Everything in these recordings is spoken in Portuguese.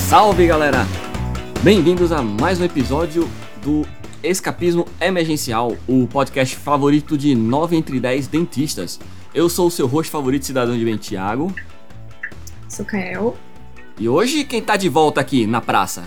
Salve, galera! Bem-vindos a mais um episódio do Escapismo Emergencial, o podcast favorito de 9 entre 10 dentistas. Eu sou o seu host favorito, cidadão de bem, Thiago. Sou Kael. E hoje, quem tá de volta aqui na praça?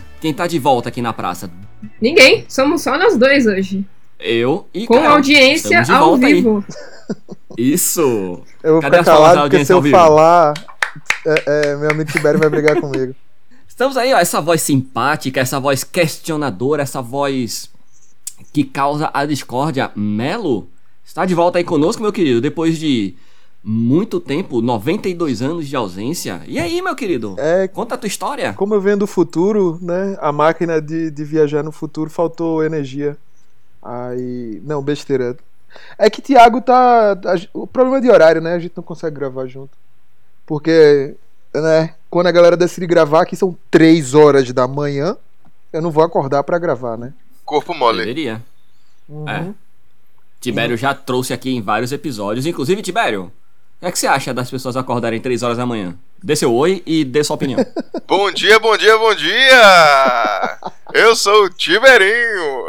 Ninguém, somos só nós dois hoje. Eu e com Kael. Audiência ao vivo. Aí. Isso! Eu vou Cadê ficar as palavras da calado porque audiência se ao eu vivo? falar, meu amigo Tibério vai brigar comigo. Estamos aí, ó, essa voz simpática, essa voz questionadora, essa voz que causa a discórdia. Melo, está de volta aí conosco, meu querido, depois de muito tempo, 92 anos de ausência. E aí, meu querido? Conta a tua história. Como eu venho do futuro, né? A máquina de viajar no futuro faltou energia. Aí. Não, besteira. É que Thiago tá. O problema é de horário, né? A gente não consegue gravar junto. Porque, né? Quando a galera decide gravar, que são 3 horas da manhã, eu não vou acordar pra gravar, né? Corpo mole. Deveria. Uhum. É. Tibério já trouxe aqui em vários episódios. Inclusive, Tibério, o que é que você acha das pessoas acordarem 3 horas da manhã? Dê seu oi e dê sua opinião. Bom dia, bom dia, bom dia! Eu sou o Tiberinho.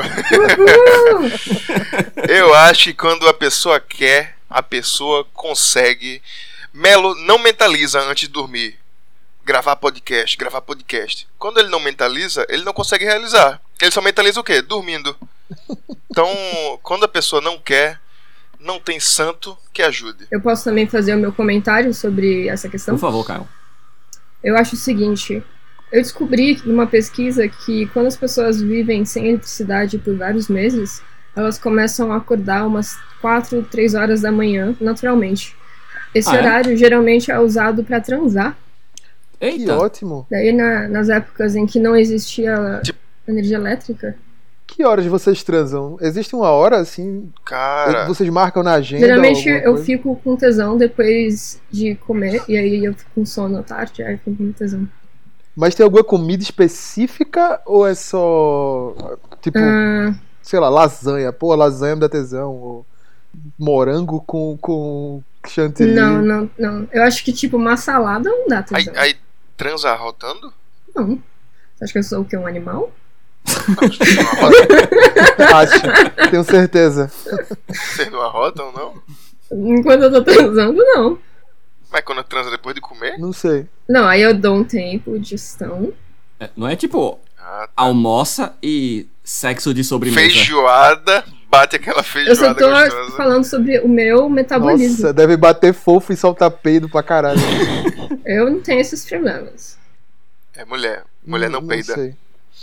Eu acho que quando a pessoa quer, a pessoa consegue. Melo não mentaliza antes de dormir. Gravar podcast. Quando ele não mentaliza, ele não consegue realizar. Ele só mentaliza o quê? Dormindo. Então, quando a pessoa não quer, não tem santo que ajude. Eu posso também fazer o meu comentário sobre essa questão? Por favor, Caio. Eu acho o seguinte, eu descobri numa pesquisa que quando as pessoas vivem sem eletricidade por vários meses, elas começam a acordar umas 4, 3 horas da manhã, naturalmente. Esse horário geralmente é usado para transar. Eita. Que ótimo. Daí nas épocas em que não existia energia elétrica. Que horas vocês transam? Existe uma hora, assim? Cara, Vocês marcam na agenda? Geralmente alguma eu coisa? fico com tesão depois de comer, e aí eu fico com sono à tarde, aí eu fico com tesão. Mas tem alguma comida específica ou é só, tipo, sei lá, lasanha? Pô, lasanha me dá tesão. Ou morango com chantilly. Não. Eu acho que tipo uma salada não dá tesão. aí transa rotando? Não. Você acha que eu sou o quê? Um animal? Acho, tenho certeza. Vocês não arrotam, não? Enquanto eu tô transando, não. Mas quando transa depois de comer? Não sei. Não, aí eu dou um tempo de digestão. Não é tipo Ah, tá. almoça e sexo de sobremesa. Feijoada, bate aquela Eu só feijoada tô gostosa. falando sobre o meu metabolismo. Nossa, deve bater fofo e soltar peido pra caralho. Eu não tenho esses problemas. É mulher. Mulher não peida. Sei.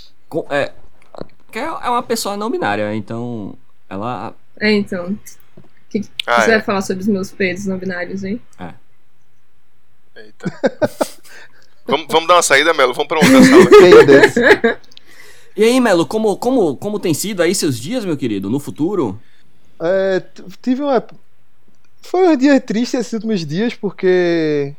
Que é uma pessoa não binária, então ela... Então. O que Ah, você é. vai falar sobre os meus peidos não binários, hein? Eita. Vamos dar uma saída, Melo. Vamos pra outra sala. Quem desse? E aí, Melo, como tem sido aí seus dias, meu querido, no futuro? Tive uma... Foi um dia triste esses últimos dias, porque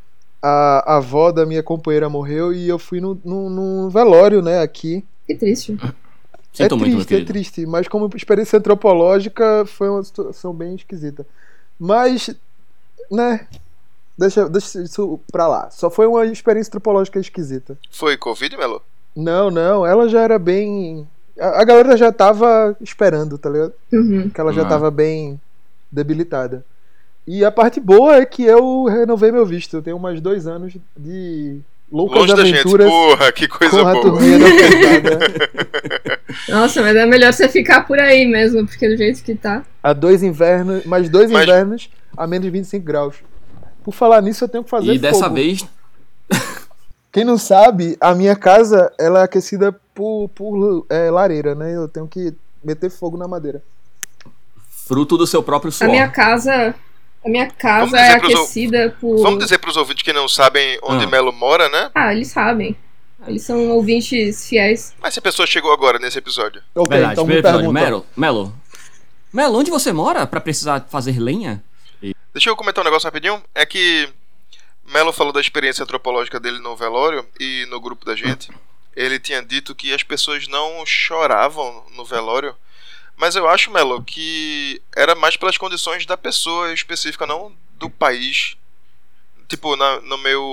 a avó da minha companheira morreu e eu fui num velório, né, aqui. Que triste. Sinto muito, meu querido. É triste, mas como experiência antropológica foi uma situação bem esquisita. Mas, né, deixa isso pra lá. Só foi uma experiência antropológica esquisita. Foi Covid, Melo? Não, ela já era bem... A galera já tava esperando, tá ligado? Uhum. Que ela já tava bem debilitada. E a parte boa é que eu renovei meu visto. Eu tenho mais 2 anos de loucas Longe da gente, aventuras porra, que coisa com a boa. turminha da pesada. Nossa, mas é melhor você ficar por aí mesmo, porque do jeito que tá. Mais dois Mas- invernos a menos de 25 graus. Por falar nisso, eu tenho que fazer E dessa fogo. vez, Quem não sabe, a minha casa ela é aquecida por lareira, né? Eu tenho que meter fogo na madeira. fruto do seu próprio A suor. minha casa Vamos é dizer pros aquecida por... Vamos dizer pros ouvintes que não sabem onde Melo mora, né? Ah, eles sabem. Eles são ouvintes fiéis. Mas se a pessoa chegou agora nesse episódio. Ok, Verdade, então me primeiro episódio. pergunta. Melo, onde você mora pra precisar fazer lenha? Deixa eu comentar um negócio rapidinho. É que Melo falou da experiência antropológica dele no velório e no grupo da gente. Ele tinha dito que as pessoas não choravam no velório. Mas eu acho, Melo, que era mais pelas condições da pessoa específica, não do país. Tipo,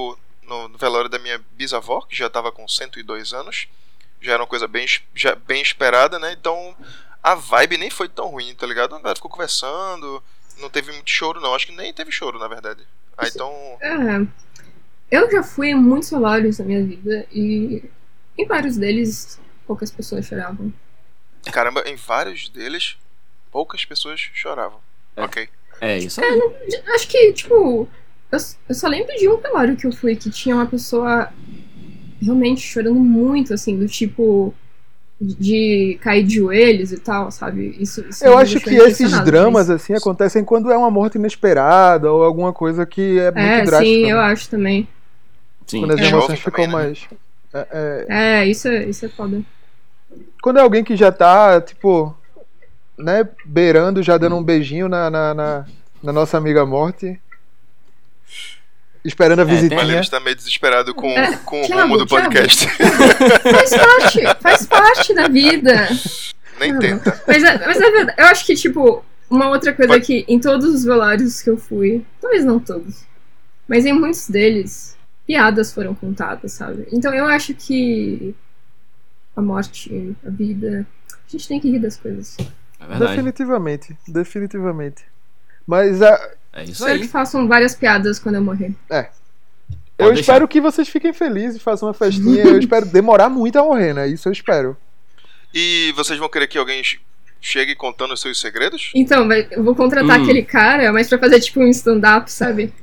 no velório da minha bisavó, que já estava com 102 anos. Já era uma coisa já bem esperada, né? Então a vibe nem foi tão ruim, tá ligado? A galera ficou conversando, não teve muito choro não, acho que nem teve choro na verdade. Aí então... Eu já fui em muitos velórios na minha vida e em vários deles poucas pessoas choravam. Caramba, em vários deles poucas pessoas choravam. Ok. É isso aí. Acho que, tipo, eu só lembro de um velório que eu fui que tinha uma pessoa realmente chorando muito, assim, do tipo de cair de joelhos e tal, sabe? Isso eu acho que esses dramas, assim, acontecem quando é uma morte inesperada ou alguma coisa que é muito drástica. Sim, né? Eu acho também. Sim. Quando as emoções ficam também, mais... Isso é foda. Quando é alguém que já tá, tipo, né, beirando, já dando um beijinho na nossa amiga morte, esperando a visitinha. Ele está meio desesperado com o Thiago, rumo do podcast. Faz parte da vida. Nem tenta. Mas é verdade. Eu acho que, tipo, uma outra coisa que em todos os velórios que eu fui, talvez não todos, mas em muitos deles, piadas foram contadas, sabe? Então eu acho que a morte, a vida, a gente tem que rir das coisas. É verdade. Definitivamente. Mas é isso Espero aí. que façam várias piadas quando eu morrer. Eu espero que vocês fiquem felizes e façam uma festinha. Eu espero demorar muito a morrer, né? Isso eu espero. E vocês vão querer que alguém chegue contando os seus segredos? Então, eu vou contratar aquele cara, mas pra fazer tipo um stand-up, sabe?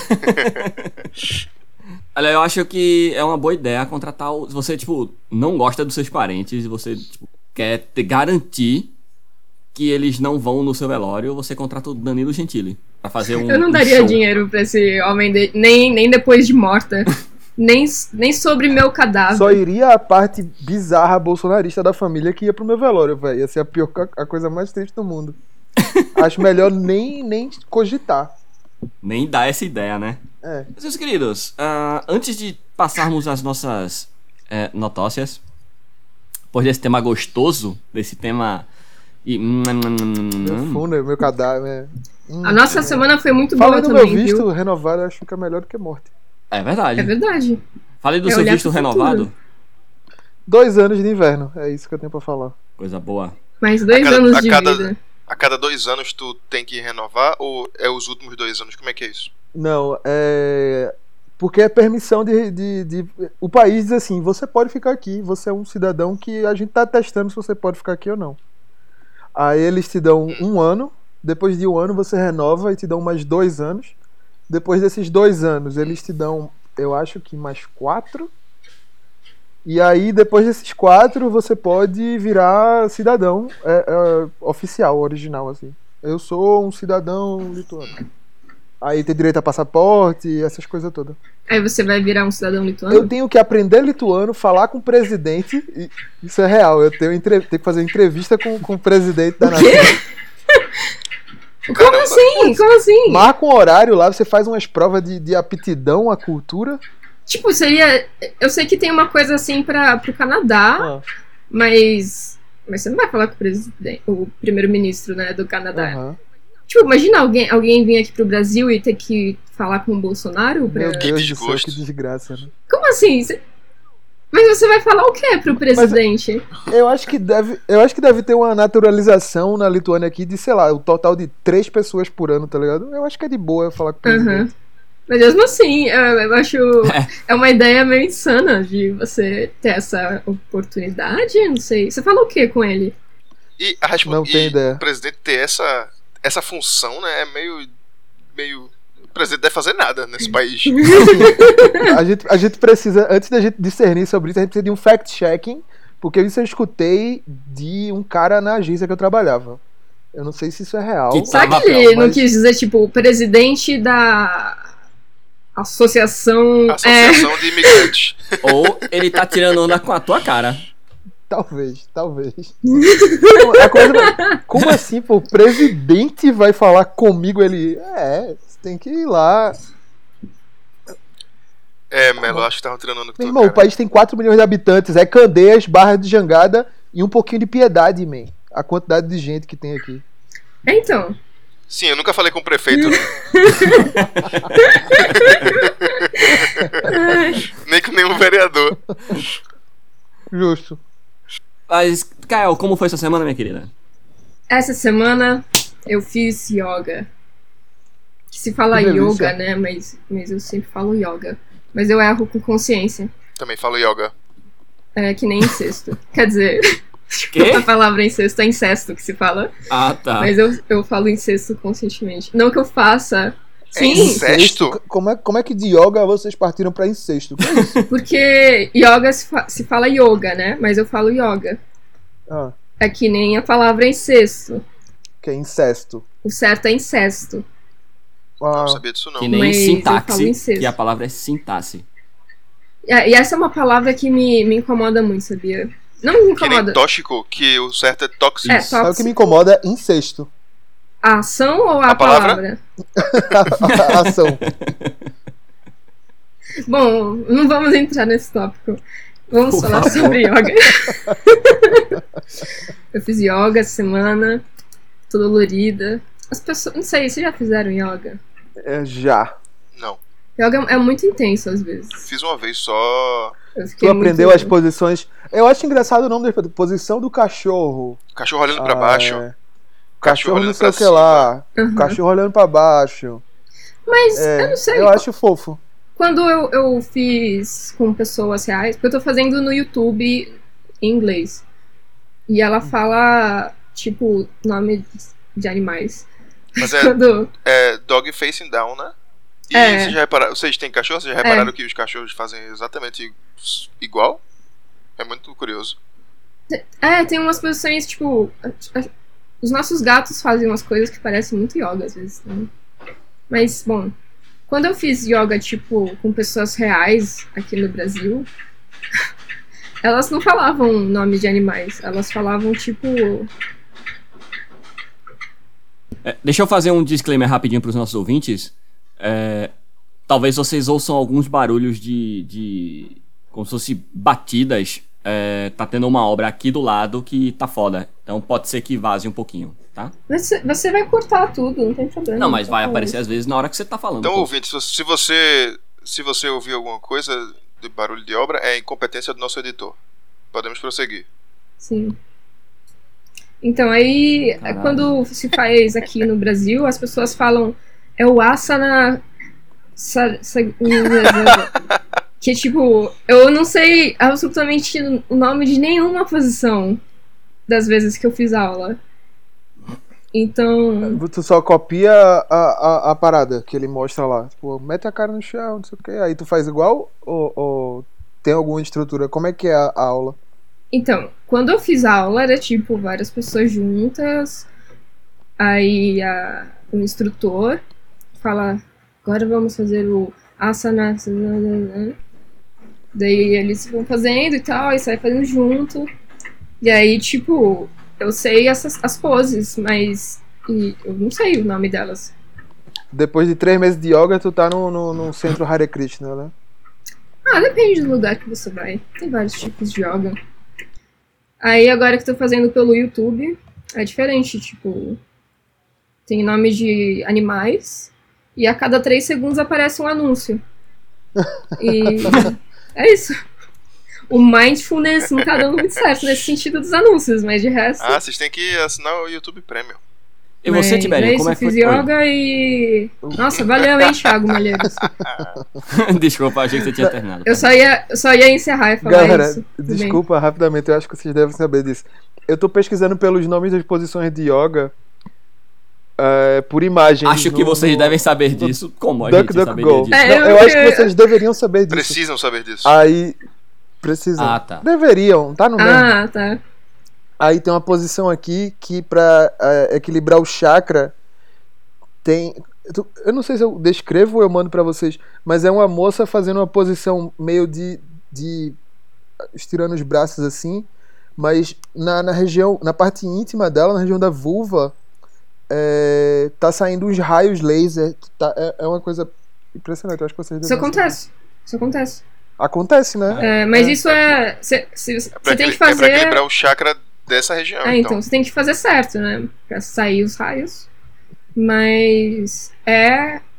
Olha, eu acho que é uma boa ideia contratar se você, tipo, não gosta dos seus parentes e você, tipo, quer te garantir que eles não vão no seu velório, você contrata o Danilo Gentili pra fazer um Eu não daria show. dinheiro pra esse homem, nem depois de morta. nem sobre meu cadáver. Só iria a parte bizarra bolsonarista da família que ia pro meu velório, velho. Ia ser a coisa mais triste do mundo. Acho melhor nem cogitar. Nem dar essa ideia, né? Meus queridos, antes de passarmos as nossas notócias, depois desse tema gostoso, desse tema... Meu fundo, meu cadáver. A nossa semana foi muito Fala boa do também, meu visto viu? renovado, eu acho que fica melhor do que morte. É verdade. É verdade. Falei do É seu olhar visto pro futuro. renovado. 2 anos de inverno, é isso que eu tenho pra falar. Coisa boa. Mais 2 anos de vida. A cada 2 anos tu tem que renovar ou é os últimos 2 anos? Como é que é isso? Não, porque é permissão o país diz assim, você pode ficar aqui, você é um cidadão que a gente tá testando se você pode ficar aqui ou não. Aí eles te dão 1 ano, depois de 1 ano você renova e te dão mais 2 anos. Depois desses 2 anos eles te dão, eu acho que mais 4. E aí depois desses 4 você pode virar cidadão oficial, original assim. Eu sou um cidadão lituano. Aí tem direito a passaporte, essas coisas todas. Aí você vai virar um cidadão lituano? Eu tenho que aprender lituano, falar com o presidente. Isso é real. Eu tenho que fazer entrevista com o presidente da nação. Como assim? Como assim? Marca um horário lá, você faz umas provas de aptidão à cultura. Tipo, seria... Eu sei que tem uma coisa assim pro Canadá, mas você não vai falar com o primeiro-ministro, né, do Canadá. Uhum. Tipo, imagina alguém vir aqui pro Brasil e ter que falar com o Bolsonaro? Meu Deus do céu, que desgraça, né? Como assim? Mas você vai falar o que pro presidente? Eu acho que deve ter uma naturalização na Lituânia aqui de, sei lá, o total de 3 pessoas por ano, tá ligado? Eu acho que é de boa eu falar com o presidente. Mas mesmo assim, eu acho... É uma ideia meio insana de você ter essa oportunidade, não sei. Você falou o que com ele? E não tem ideia. O presidente ter essa função, né, é meio... O presidente deve fazer nada nesse país. A gente precisa, antes da gente discernir sobre isso, a gente precisa de um fact-checking, porque isso eu escutei de um cara na agência que eu trabalhava. Eu não sei se isso é real. Será que ele não quis dizer, tipo, o presidente da... Associação de Imigrantes. Ou ele tá tirando onda com a tua cara. Talvez. Como assim, pô? O presidente vai falar comigo? Ele... você tem que ir lá. Melo, acho que tava tirando onda com Meu tua irmão, cara. o país tem 4 milhões de habitantes. É Candeias, Barra de Jangada e um pouquinho de piedade, man. A quantidade de gente que tem aqui. Sim, eu nunca falei com o prefeito. Nem com nenhum vereador. Justo. Mas, Kael, como foi essa semana, minha querida? Essa semana eu fiz yoga. Que se fala Que delícia. yoga, né? Mas eu sempre falo yoga. Mas eu erro com consciência. Também falo yoga. É que nem incesto. Quer dizer, Quê? a palavra incesto é incesto que se fala. Ah, tá. Mas eu falo incesto conscientemente. Não que eu faça. É Sim, incesto? Como é que de yoga vocês partiram pra incesto? Que é isso? porque yoga se fala yoga, né? Mas eu falo yoga. Ah, É que nem a palavra incesto. que é incesto. O certo é incesto. Ah, Não sabia disso não. Que nem Mas eu falo sintaxe, incesto. que a palavra é sintaxe. E essa é uma palavra que me incomoda muito, sabia? Não me Que nem incomoda. tóxico, que o certo é tóxico. É, sabe o que tóxico. me incomoda? Incesto. A ação ou a A palavra? palavra? A ação. Bom, não vamos entrar nesse tópico. Vamos Por falar favor. sobre yoga. Eu fiz yoga essa semana, tô dolorida. As pessoas, não sei, vocês já fizeram yoga? Já. Não. Yoga é muito intenso às vezes. Fiz uma vez só. Eu fiquei Tu aprendeu muito... as posições. Eu acho engraçado o nome da posição do cachorro. Cachorro olhando pra baixo. Cachorro não olhando sei pra o que cima. lá. Uhum. Cachorro olhando pra baixo. Mas eu não sei. Eu acho fofo. Quando eu fiz com pessoas reais, porque eu tô fazendo no YouTube em inglês. E ela fala, tipo, nome de animais. Mas Quando... é dog facing down, né? E É. vocês já repararam, vocês têm cachorro? Vocês já repararam que os cachorros fazem exatamente igual? É muito curioso. tem umas posições, tipo... Os nossos gatos fazem umas coisas que parecem muito yoga, às vezes. Né? Mas, bom... Quando eu fiz yoga, tipo, com pessoas reais aqui no Brasil... elas não falavam nome de animais. Elas falavam, tipo... Deixa eu fazer um disclaimer rapidinho pros nossos ouvintes. Talvez vocês ouçam alguns barulhos de como se fosse batidas. Tá tendo uma obra aqui do lado que tá foda. Então pode ser que vaze um pouquinho, tá? Você vai cortar tudo, não tem problema. Não, mas vai Tá aparecer falando. às vezes na hora que você tá falando. Então, pô. ouvinte, se você ouvir alguma coisa de barulho de obra, é incompetência do nosso editor. Podemos prosseguir. Sim. Então, aí, Caralho. quando se faz aqui no Brasil, as pessoas falam é o asana... que, tipo, eu não sei absolutamente o nome de nenhuma posição das vezes que eu fiz aula. Então... Tu só copia a parada que ele mostra lá. Tipo, mete a cara no chão, não sei o que. Aí tu faz igual ou tem alguma estrutura? Como é que é a aula? Então, quando eu fiz aula, era tipo várias pessoas juntas, aí o instrutor fala, agora vamos fazer o asana, daí eles vão fazendo e tal, e sai fazendo junto, e aí, tipo, eu sei as poses, mas eu não sei o nome delas. Depois de 3 meses de yoga, tu tá no centro Hare Krishna, né? Depende do lugar que você vai, tem vários tipos de yoga. Aí agora que eu tô fazendo pelo YouTube, é diferente, tipo, tem nome de animais e a cada 3 segundos aparece um anúncio. E é isso. O mindfulness não tá dando muito certo nesse sentido dos anúncios, mas de resto... Ah, vocês têm que assinar o YouTube Premium. E você, Tiberinho, como é eu que foi? fiz yoga e... Nossa, valeu, hein, Thiago Malheiros. Desculpa, achei que você tinha terminado. Eu só ia encerrar e falar Galera, isso. Tudo bem. desculpa rapidamente, eu acho que vocês devem saber disso. Eu tô pesquisando pelos nomes das posições de yoga por imagens. Acho que vocês devem saber disso. Como a gente saberia DuckDuckGo. disso? Não, eu acho que vocês deveriam saber disso. Precisam saber disso. Aí, precisam. Ah, tá. Deveriam, tá no mesmo. Ah, tá. Aí tem uma posição aqui que pra equilibrar o chakra tem... Eu não sei se eu descrevo ou eu mando pra vocês, mas é uma moça fazendo uma posição meio de estirando os braços assim, mas na região, na parte íntima dela, na região da vulva, tá saindo uns raios laser. É uma coisa impressionante, eu acho que vocês Isso devem acontece. Isso acontece. Acontece, né? Mas isso é... Você tem que fazer... É pra equilibrar o chakra dessa região, então você tem que fazer certo, né? Pra sair os raios. Mas é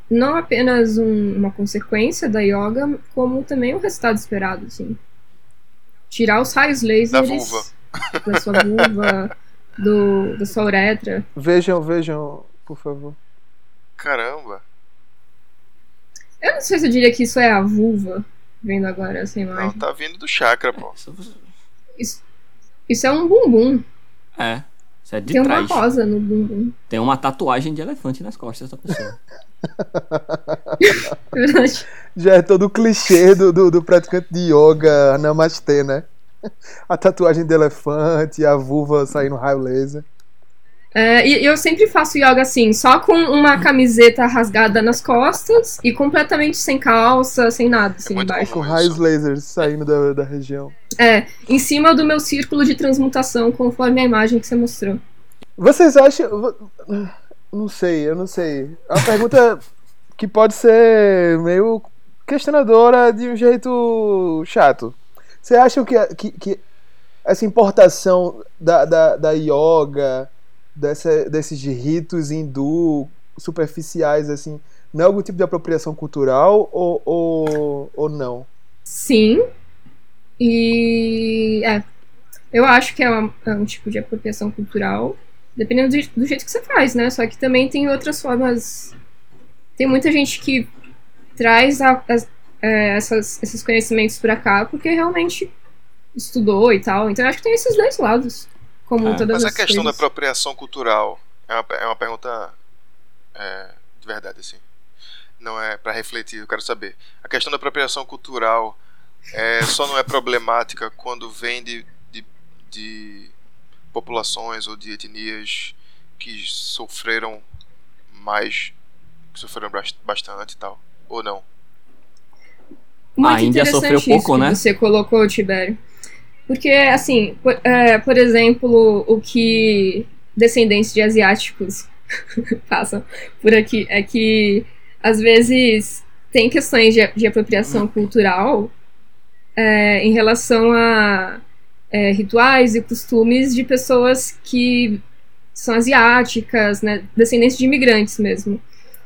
não apenas uma consequência da yoga, como também um resultado esperado, assim. Tirar os raios lasers Da vulva. da sua vulva, da sua uretra. Vejam, por favor. Caramba. Eu não sei se eu diria que isso é a vulva, vendo agora essa Não, imagem. tá vindo do chakra, pô. Isso é um bumbum. É, isso é de Tem trás. uma rosa no bumbum. Tem uma tatuagem de elefante nas costas dessa pessoa. É verdade. Já é todo o clichê do praticante de yoga, namastê, né? A tatuagem de elefante, a vulva saindo raio laser. E eu sempre faço yoga assim, só com uma camiseta rasgada nas costas e completamente sem calça, sem nada, assim, muito embaixo. Com Isso. raios lasers saindo da região. Em cima do meu círculo de transmutação, conforme a imagem que você mostrou. Vocês acham... eu não sei. É uma pergunta que pode ser meio questionadora de um jeito chato. Vocês acham que essa importação da yoga, desses ritos hindu superficiais, assim, não é algum tipo de apropriação cultural ou não? Sim. E eu acho que é um tipo de apropriação cultural, dependendo do jeito que você faz, né? Só que também tem outras formas. Tem muita gente que traz esses conhecimentos pra cá porque realmente estudou e tal. Então eu acho que tem esses dois lados. Como todas Mas a as questão da coisas. apropriação cultural é uma pergunta de verdade, assim. Não é pra refletir, eu quero saber. A questão da apropriação cultural só não é problemática quando vem de populações ou de etnias que sofreram mais, que sofreram bastante e tal, ou não? Muito A Índia interessante sofreu pouco, isso que né? você colocou, Tibério. Porque, assim, por exemplo, o que descendentes de asiáticos passam por aqui é que, às vezes, tem questões de apropriação cultural em relação a rituais e costumes de pessoas que são asiáticas, né, descendentes de imigrantes mesmo.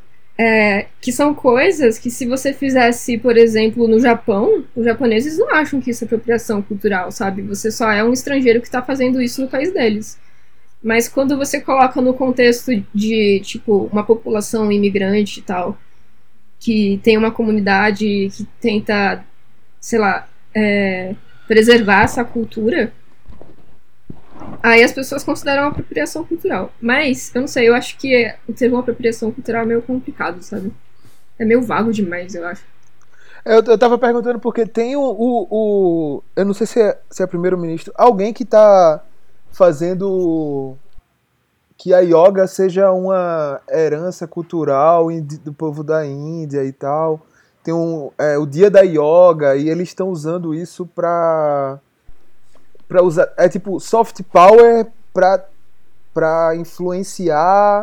Que são coisas que, se você fizesse, por exemplo, no Japão, os japoneses não acham que isso é apropriação cultural, sabe? Você só é um estrangeiro que está fazendo isso no país deles. Mas quando você coloca no contexto de, tipo, uma população imigrante e tal, que tem uma comunidade que tenta, sei lá, preservar essa cultura, aí as pessoas consideram apropriação cultural. Mas, eu não sei, eu acho que o termo apropriação cultural é meio complicado, sabe? É meio vago demais, eu acho. Eu tava perguntando porque tem eu não sei se é primeiro-ministro, alguém que tá fazendo que a yoga seja uma herança cultural do povo da Índia e tal. Tem o dia da yoga e eles estão usando isso pra usar, tipo soft power pra influenciar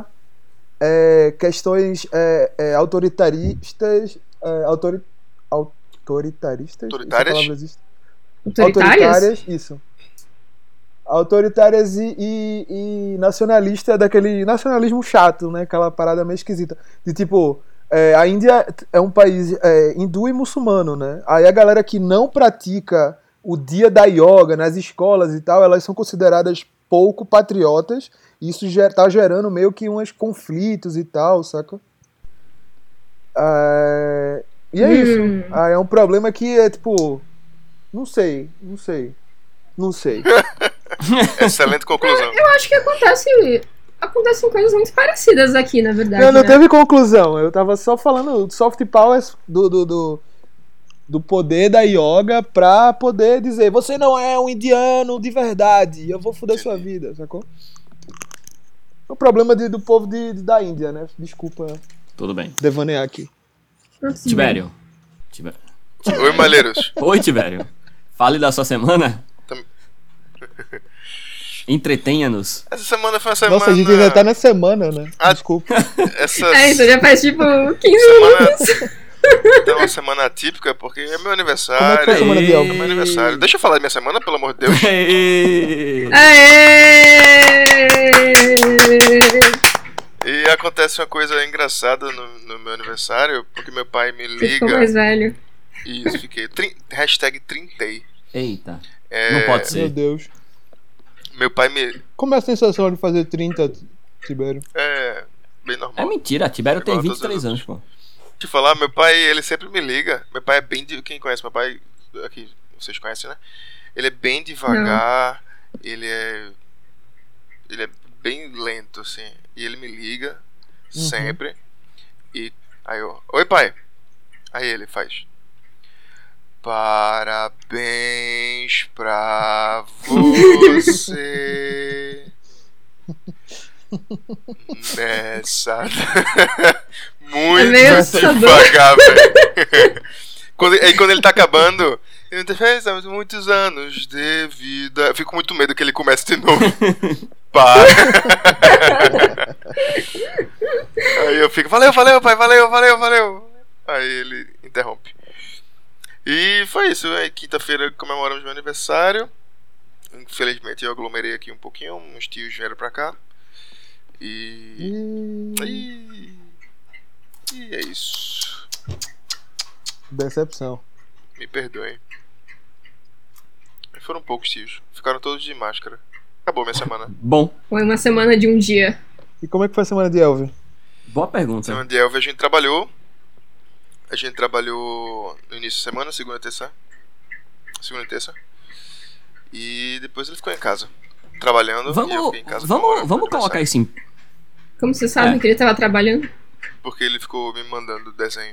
questões autoritaristas, autoritaristas? Autoritárias? Essa palavra existe? Autoritárias? Isso. Autoritárias e nacionalista, daquele nacionalismo chato, né? Aquela parada meio esquisita. De tipo, a Índia é um país hindu e muçulmano, né? Aí a galera que não pratica o dia da yoga nas escolas e tal, elas são consideradas pouco patriotas. E isso já tá gerando meio que uns conflitos e tal, saca? E é isso. É um problema que é tipo... Não sei. Excelente conclusão. Eu acho que acontecem coisas muito parecidas aqui, na verdade. Não né? teve conclusão. Eu tava só falando soft power do poder da yoga pra poder dizer: você não é um indiano de verdade, eu vou foder sua vida, sacou? É o problema do povo da Índia, né? Desculpa Tudo bem. devanear aqui. Tibério. Oi, Malheiros. Oi, Tibério. Fale da sua semana. Entretenha-nos. Essa semana foi uma semana... Nossa, a gente ainda tá na semana, né? Desculpa. Isso já faz tipo 15 minutos. Então, uma semana atípica, porque é meu aniversário. Como é que foi a semana de yoga? É meu aniversário. Deixa eu falar da minha semana, pelo amor de Deus. Aê! E E acontece uma coisa engraçada no meu aniversário, porque meu pai me Você ficou liga. mais velho. Isso, fiquei. Hashtag 30. Eita. Não pode Meu ser. Deus. Meu pai me. Como é a sensação de fazer 30, Tibério? É. Bem É normal. mentira, Tibério tem Igual a todos 23 os anos, pô. Deixa eu falar, meu pai, ele sempre me liga. Meu pai é bem. Quem conhece meu pai, aqui, vocês conhecem, né? Ele é bem devagar. Ele é bem lento, assim. E ele me liga sempre. E aí eu. Oi, pai. Aí ele faz. Parabéns pra você. Nessa. Muito É meio assustador. devagar, velho. Quando ele tá acabando, ele fez muitos anos de vida. Eu fico com muito medo que ele comece de novo. Para. Aí eu fico, valeu, pai, valeu. Aí ele interrompe. E foi isso, aí quinta-feira comemoramos meu aniversário. Infelizmente eu aglomerei aqui um pouquinho, uns tios vieram pra cá. E é isso. Decepção. Me perdoem. Foram poucos tios, ficaram todos de máscara. Acabou minha semana. Bom, Foi uma semana de um dia. E como é que foi a semana de Elvio? boa pergunta. Semana de Elvio a gente trabalhou. A gente trabalhou no início da semana, segunda e terça. E depois ele ficou em casa. Trabalhando e eu fiquei em casa. Vamos colocar isso em... Como você sabe que ele tava trabalhando? Porque ele ficou me mandando desenho.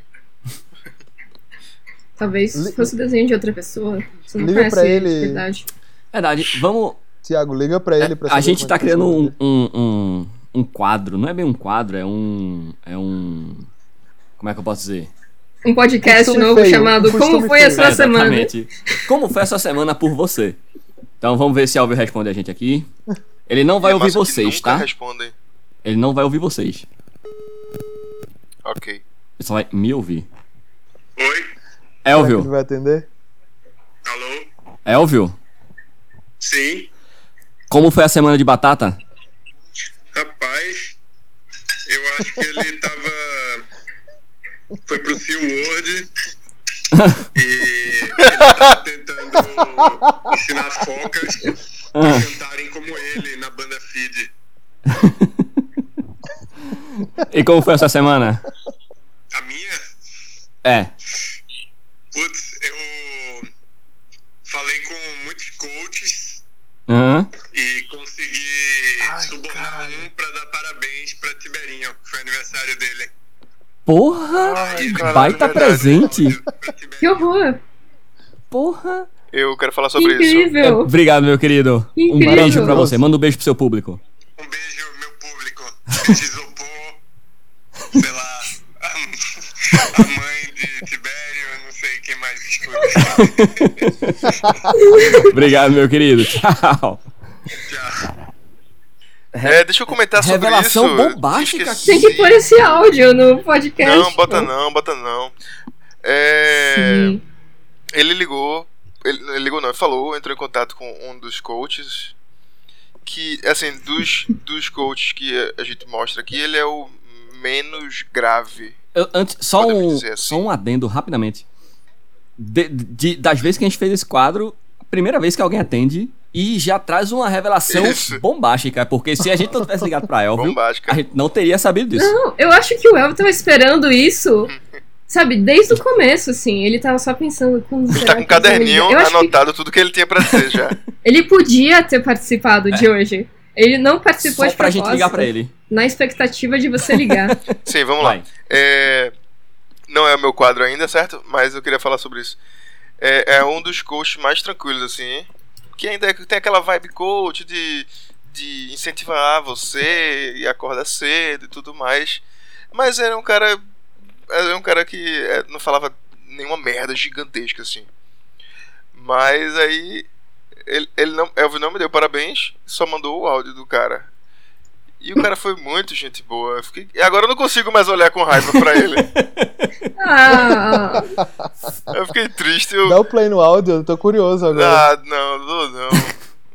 Talvez fosse desenho de outra pessoa. Você não Liga conhece pra ele ele. de verdade. Verdade, vamos... Tiago, liga pra ele pra A saber gente como tá é que criando funciona. um quadro. Não é bem um quadro, é um... Como é que eu posso dizer? Um podcast Costume novo feio, chamado costume Como Foi a feio. Sua Semana? Exatamente. Como foi a sua semana por você? Então vamos ver se Elvio responde a gente aqui. Ele não vai E é ouvir massa que vocês, nunca tá? respondem. Ele não vai ouvir vocês. Ok. Ele só vai me ouvir. Oi? Será que ele Elvio. vai atender? Alô? Elvio. Sim? Como foi a semana de batata? Rapaz, eu acho que ele tava... Foi pro SeaWorld e ele tava tentando ensinar focas a cantarem como ele na banda Feed. E como foi a sua semana? A minha? É. Putz, eu falei com muitos coaches Aham. e consegui subornar um pra dar parabéns pra Tiberinho, que foi aniversário dele. Porra! Aí, Baita verdade. presente! pra Tiberinho. Que horror! Porra! Eu quero falar sobre isso. Incrível! Obrigado, meu querido. Um Incrível. beijo pra você. Manda um beijo pro seu público. Um beijo, meu público. De isopor, sei lá, a mãe de Tibério, eu não sei quem mais escuta. Obrigado, meu querido. Tchau. Tchau. Deixa eu comentar sobre Revelação isso. bombástica. Esqueci. Tem que pôr esse áudio no podcast. Não, bota não. Sim. Ele ligou, ele falou, entrou em contato com um dos coaches, que, assim, dos coaches que a gente mostra aqui, ele é o menos grave. Só Podemos dizer assim. só um adendo rapidamente. Das vezes que a gente fez esse quadro, a primeira vez que alguém atende e já traz uma revelação Isso. bombástica, porque se a gente não tivesse ligado pra Elvio, Bombástica. a gente não teria sabido disso. Não, eu acho que o Elvio tava esperando isso, sabe, desde o começo, assim. Ele tava só pensando quando Ele será tá com um que eles vão caderninho ligar? Eu acho que anotado tudo que ele tinha pra dizer já. ele podia ter participado de hoje. Ele não participou Só de pra gente propósito, ligar pra ele. na expectativa de você ligar. Sim, vamos Vai. lá. Não é o meu quadro ainda, certo? Mas eu queria falar sobre isso. É um dos coaches mais tranquilos, assim. Que ainda tem aquela vibe coach de incentivar você e acordar cedo e tudo mais. Mas era um cara que não falava nenhuma merda gigantesca, assim. Mas aí Elvio não me deu parabéns, só mandou o áudio do cara. E o cara foi muito gente boa. E agora eu não consigo mais olhar com raiva pra ele. Ah, Eu fiquei triste. Dá o play no áudio, eu tô curioso agora. Não.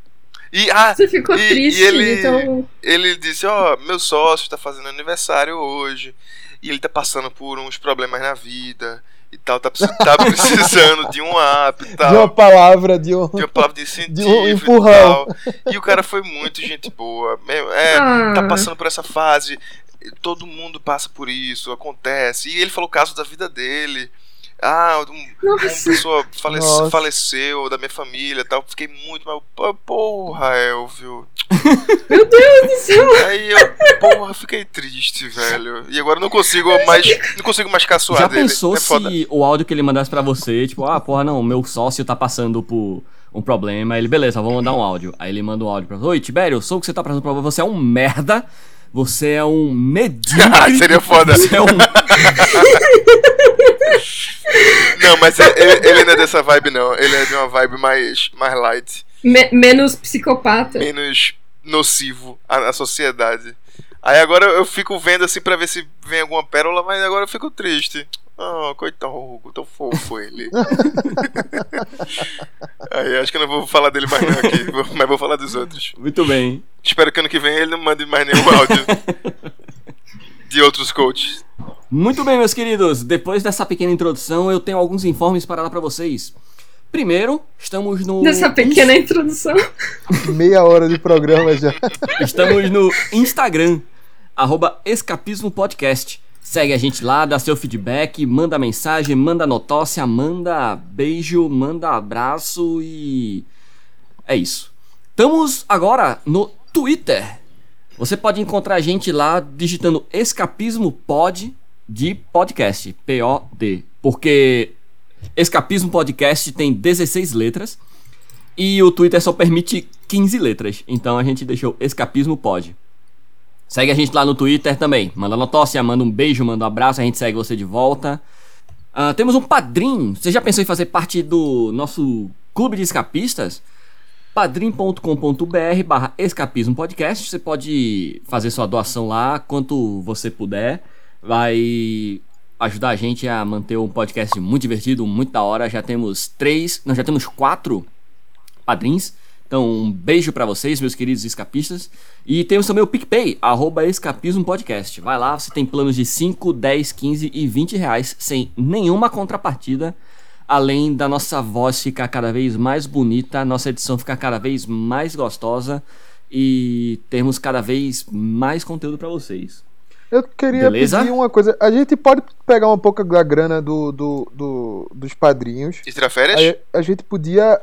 Você ficou triste, então... Ele disse, meu sócio tá fazendo aniversário hoje, e ele tá passando por uns problemas na vida, e tal, tá precisando de um app e tal. De uma palavra, de uma palavra de incentivo de um empurrão. e tal. E o cara foi muito gente boa. Tá passando por essa fase, todo mundo passa por isso, acontece. E ele falou o caso da vida dele. Uma pessoa faleceu da minha família e tal. Fiquei muito mal. Porra, Elvio. Meu Deus do céu. Aí eu, fiquei triste, velho. E agora eu não consigo mais caçoar Já dele. pensou se o áudio que ele mandasse pra você, tipo, não, meu sócio tá passando por um problema. Ele, beleza, vou mandar um áudio. Aí ele manda um áudio pra você. Oi, Tibério, eu soube que você tá passando por problema. Você é um merda. Você é um medíocre. Seria foda. Você é um... Não, mas ele não é dessa vibe, não. Ele é de uma vibe mais light. Menos psicopata. Menos nocivo à sociedade. Aí agora eu fico vendo assim pra ver se vem alguma pérola, mas agora eu fico triste. Coitado, tão fofo ele. Aí acho que eu não vou falar dele mais não aqui, mas vou falar dos outros. Muito bem. Espero que ano que vem ele não mande mais nenhum áudio de outros coaches. Muito bem, meus queridos. Depois dessa pequena introdução, eu tenho alguns informes para dar pra vocês. Primeiro, estamos no... Dessa pequena introdução. Meia hora de programa já. Estamos no Instagram, @escapismopodcast. Segue a gente lá, dá seu feedback, manda mensagem, manda notócia, manda beijo, manda abraço e... é isso. Estamos agora no Twitter. Você pode encontrar a gente lá digitando Escapismo Pod de podcast, P-O-D. Porque Escapismo Podcast tem 16 letras e o Twitter só permite 15 letras. Então a gente deixou Escapismo Pod. Segue a gente lá no Twitter também. Manda notócia, manda um beijo, manda um abraço, a gente segue você de volta. Temos um Padrim. Você já pensou em fazer parte do nosso clube de escapistas? padrim.com.br/escapismo podcast. Você pode fazer sua doação lá quanto você puder. Vai ajudar a gente a manter um podcast muito divertido, muito da hora. Já temos 4 padrinhos. Então, um beijo pra vocês, meus queridos escapistas. E temos também o PicPay, @escapismopodcast. Vai lá, você tem planos de 5, 10, 15 e 20 reais, sem nenhuma contrapartida. Além da nossa voz ficar cada vez mais bonita, nossa edição ficar cada vez mais gostosa e termos cada vez mais conteúdo pra vocês. Eu queria pedir uma coisa. A gente pode pegar um pouco da grana dos padrinhos. E tirar férias? A gente podia...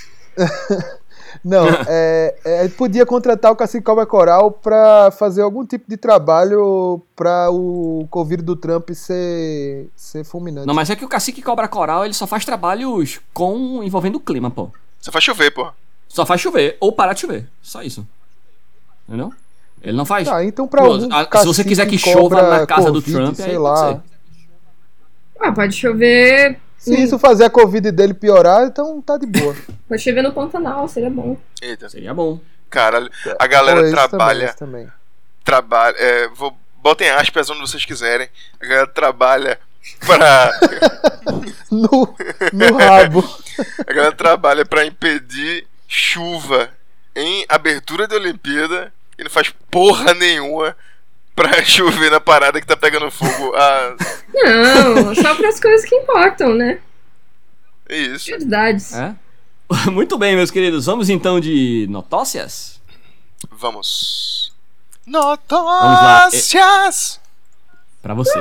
Não, a gente podia contratar o Cacique Cobra Coral pra fazer algum tipo de trabalho pra o Covid do Trump ser fulminante. Não, mas é que o Cacique Cobra Coral, ele só faz trabalhos envolvendo o clima, pô. Só faz chover, pô. Só faz chover, ou parar de chover. Só isso. Entendeu? Ele não faz. Então pra algum se você quiser que chova na casa do Trump, sei aí lá. Pode chover... Se isso fazer a Covid dele piorar, então tá de boa. Pode chover no Pantanal, seria bom. Eita. Seria bom. Cara, a galera trabalha. Também. Botem aspas onde vocês quiserem. A galera trabalha pra. no rabo. A galera trabalha pra impedir chuva em abertura de Olimpíada e não faz porra nenhuma pra chover na parada que tá pegando fogo. Não, só pras coisas que importam, né? É isso. Verdades. Muito bem, meus queridos. Vamos então de notócias? Vamos. Notócias! Pra você.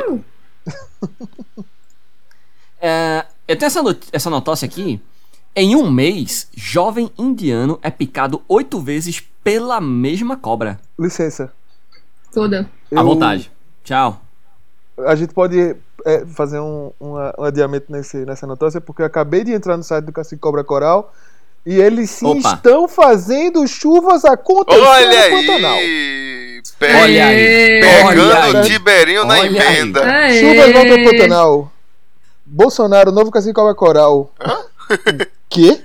Eu tenho essa notócia aqui. Em um mês, jovem indiano é picado 8 vezes pela mesma cobra. Licença. Toda. À vontade. Tchau. A gente pode fazer um adiamento nessa notócia, porque eu acabei de entrar no site do Cacique Cobra Coral e eles sim estão fazendo chuvas acontecer no Pantanal. Olha aí. Pegando o Tiberinho na emenda. Chuvas voltam ao Pantanal. Bolsonaro, novo Cacique Cobra Coral. Quê?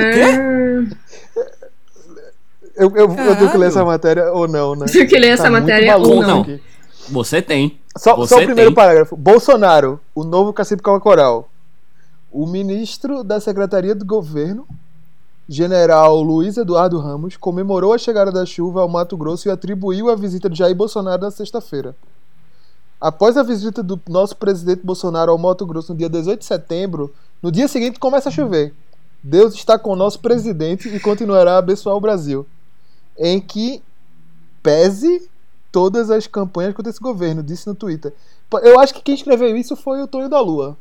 Eu tenho que ler essa matéria ou não, né? Tenho que ler essa matéria ou não. Não. Você tem. Só o primeiro parágrafo. Bolsonaro, o novo Cacique Cobra Coral. O ministro da Secretaria do Governo General Luiz Eduardo Ramos comemorou a chegada da chuva ao Mato Grosso e atribuiu a visita de Jair Bolsonaro na sexta-feira. Após a visita do nosso presidente Bolsonaro ao Mato Grosso no dia 18 de setembro, no dia seguinte começa a chover. Deus está com o nosso presidente e continuará a abençoar o Brasil. Em que pese todas as campanhas contra esse governo, disse no Twitter. Eu acho que quem escreveu isso foi o Tonho da Lua.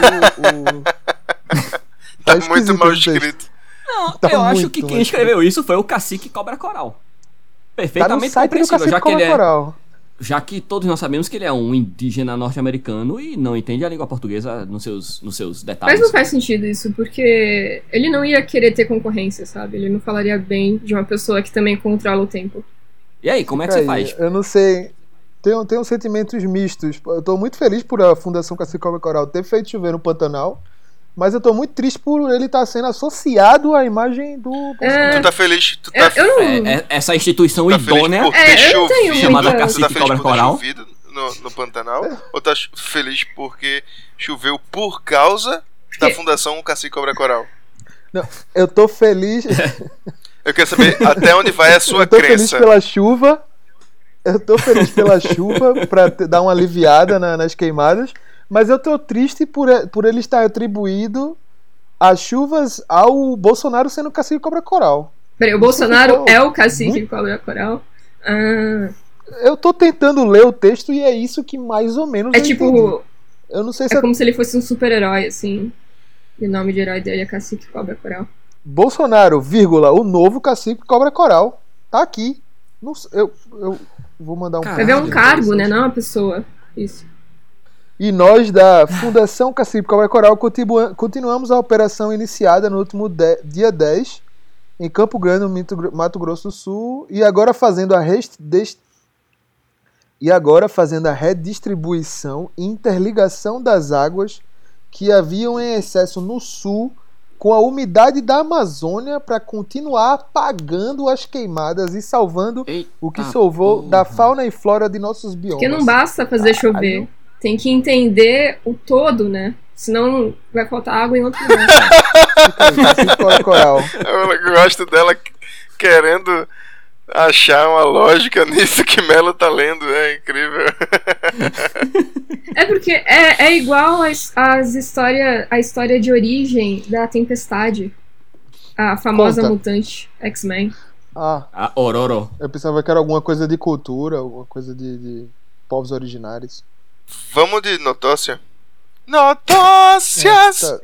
Tá esquisito muito mal esse texto. escrito. Não, Tá eu acho muito que quem mal escreveu isso foi o Cacique Cobra Coral. Tá no Perfeitamente site do compreensível, Cacique já que ele Cobra é... Coral. Já que todos nós sabemos que ele é um indígena norte-americano e não entende a língua portuguesa nos seus detalhes. Mas não faz sentido isso, porque ele não ia querer ter concorrência, sabe? Ele não falaria bem de uma pessoa que também controla o tempo. E aí, como é que você faz? Eu não sei. Tenho sentimentos mistos. Eu tô muito feliz por a Fundação Cacique Cobra Coral ter feito chover no Pantanal, mas eu tô muito triste por ele estar sendo associado à imagem do Bolsonaro. Tu tá feliz? Tu tá, Eu não... Essa instituição tá feliz idônea por É, ter eu não tenho chovido? chamada muita- Tu Cacique tá feliz Cobra por ter Coral? chovido no Pantanal? Ou tá feliz porque choveu por causa da Fundação Cacique Cobra Coral? Eu tô feliz. Eu quero saber até onde vai a sua Eu tô feliz crença. pela chuva. Eu tô feliz pela chuva pra dar uma aliviada nas queimadas, mas eu tô triste por ele estar atribuído as chuvas ao Bolsonaro sendo Cacique Cobra Coral. Peraí, o Bolsonaro ficou é o cacique Cobra Coral? Ah, Eu tô tentando ler o texto e é isso que mais ou menos é eu entendi. tipo... Eu não sei se É como se ele fosse um super-herói, assim. E o nome de herói dele é Cacique Cobra Coral. Bolsonaro, vírgula, o novo Cacique Cobra Coral. Tá aqui. Não sei, eu vou mandar um... Caralho, Vai ver um cargo, né? interessante. Não uma pessoa. Isso. E nós da Fundação Cacique Cobra Coral continuamos a operação iniciada no último dia 10 em Campo Grande, no Mato Grosso do Sul, e agora fazendo a redistribuição e interligação das águas que haviam em excesso no sul com a umidade da Amazônia para continuar apagando as queimadas e salvando o que sobrou da fauna e flora de nossos biomas. Porque não basta fazer chover. Tem que entender o todo, né? Senão vai faltar água em outro lugar. Cacique Cobra Coral. Eu gosto dela querendo achar uma lógica nisso que Melo tá lendo. É incrível. É porque é igual a história de origem da Tempestade. A famosa Conta. mutante X-Men. Ah, A Ororo. eu pensava que era alguma coisa de cultura, alguma coisa de povos originários. Vamos de notócia? Notócias! Tá.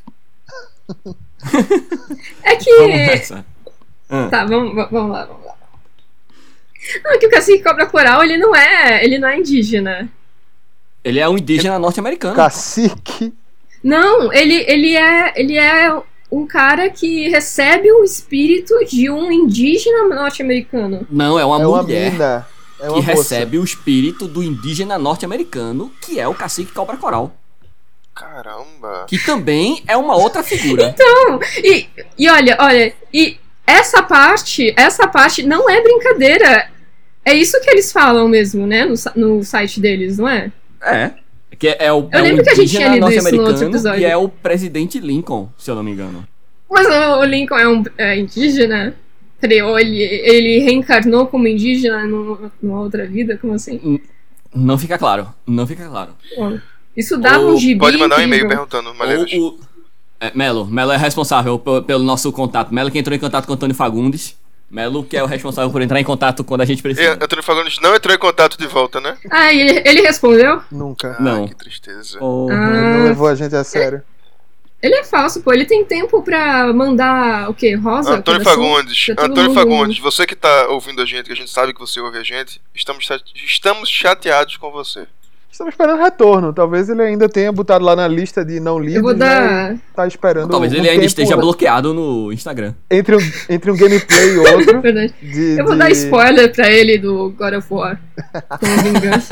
É que... Vamos nessa. Tá, vamos lá. Não, é que o Cacique Cobra Coral, ele não é indígena. Ele é um indígena norte-americano. Cacique. Não, ele é um cara que recebe o espírito de um indígena norte-americano. Não, é uma É uma mulher mina. É que uma moça. recebe o espírito do indígena norte-americano, que é o Cacique Cobra Coral. Caramba. Que também é uma outra figura. E olha, e essa parte não é brincadeira. É isso que eles falam mesmo, né? No site deles, não é? É. Que é o Eu lembro que a gente tinha lido isso no outro norte-americano episódio. e é o presidente Lincoln, se eu não me engano. Mas o Lincoln é indígena? Peraí, ou ele reencarnou como indígena numa outra vida? Como assim? Não fica claro. Não fica claro. Bom, isso dava um Ou gibi pode mandar um e-mail incrível. perguntando, Malheiros. Melo é responsável pelo nosso contato. Melo que entrou em contato com o Antônio Fagundes. Melo que é o responsável por entrar em contato quando a gente E precisa. Antônio Fagundes não entrou em contato de volta, né? Ah, e ele respondeu? Nunca. Não. Ai, que tristeza. Oh, Não levou a gente a sério. Ele é falso, pô. Ele tem tempo pra mandar o quê? Rosa? Antônio coração? Fagundes, Pra todo Antônio mundo- Fagundes, você que tá ouvindo a gente, que a gente sabe que você ouve a gente, estamos chateados com você. Estamos esperando retorno. Talvez ele ainda tenha botado lá na lista de não lidos. Eu vou dar... Né? Tá esperando. talvez um ele ainda tempo esteja bloqueado no Instagram. entre um gameplay e outro. Verdade. Eu vou dar spoiler pra ele do God of War. Com vingança.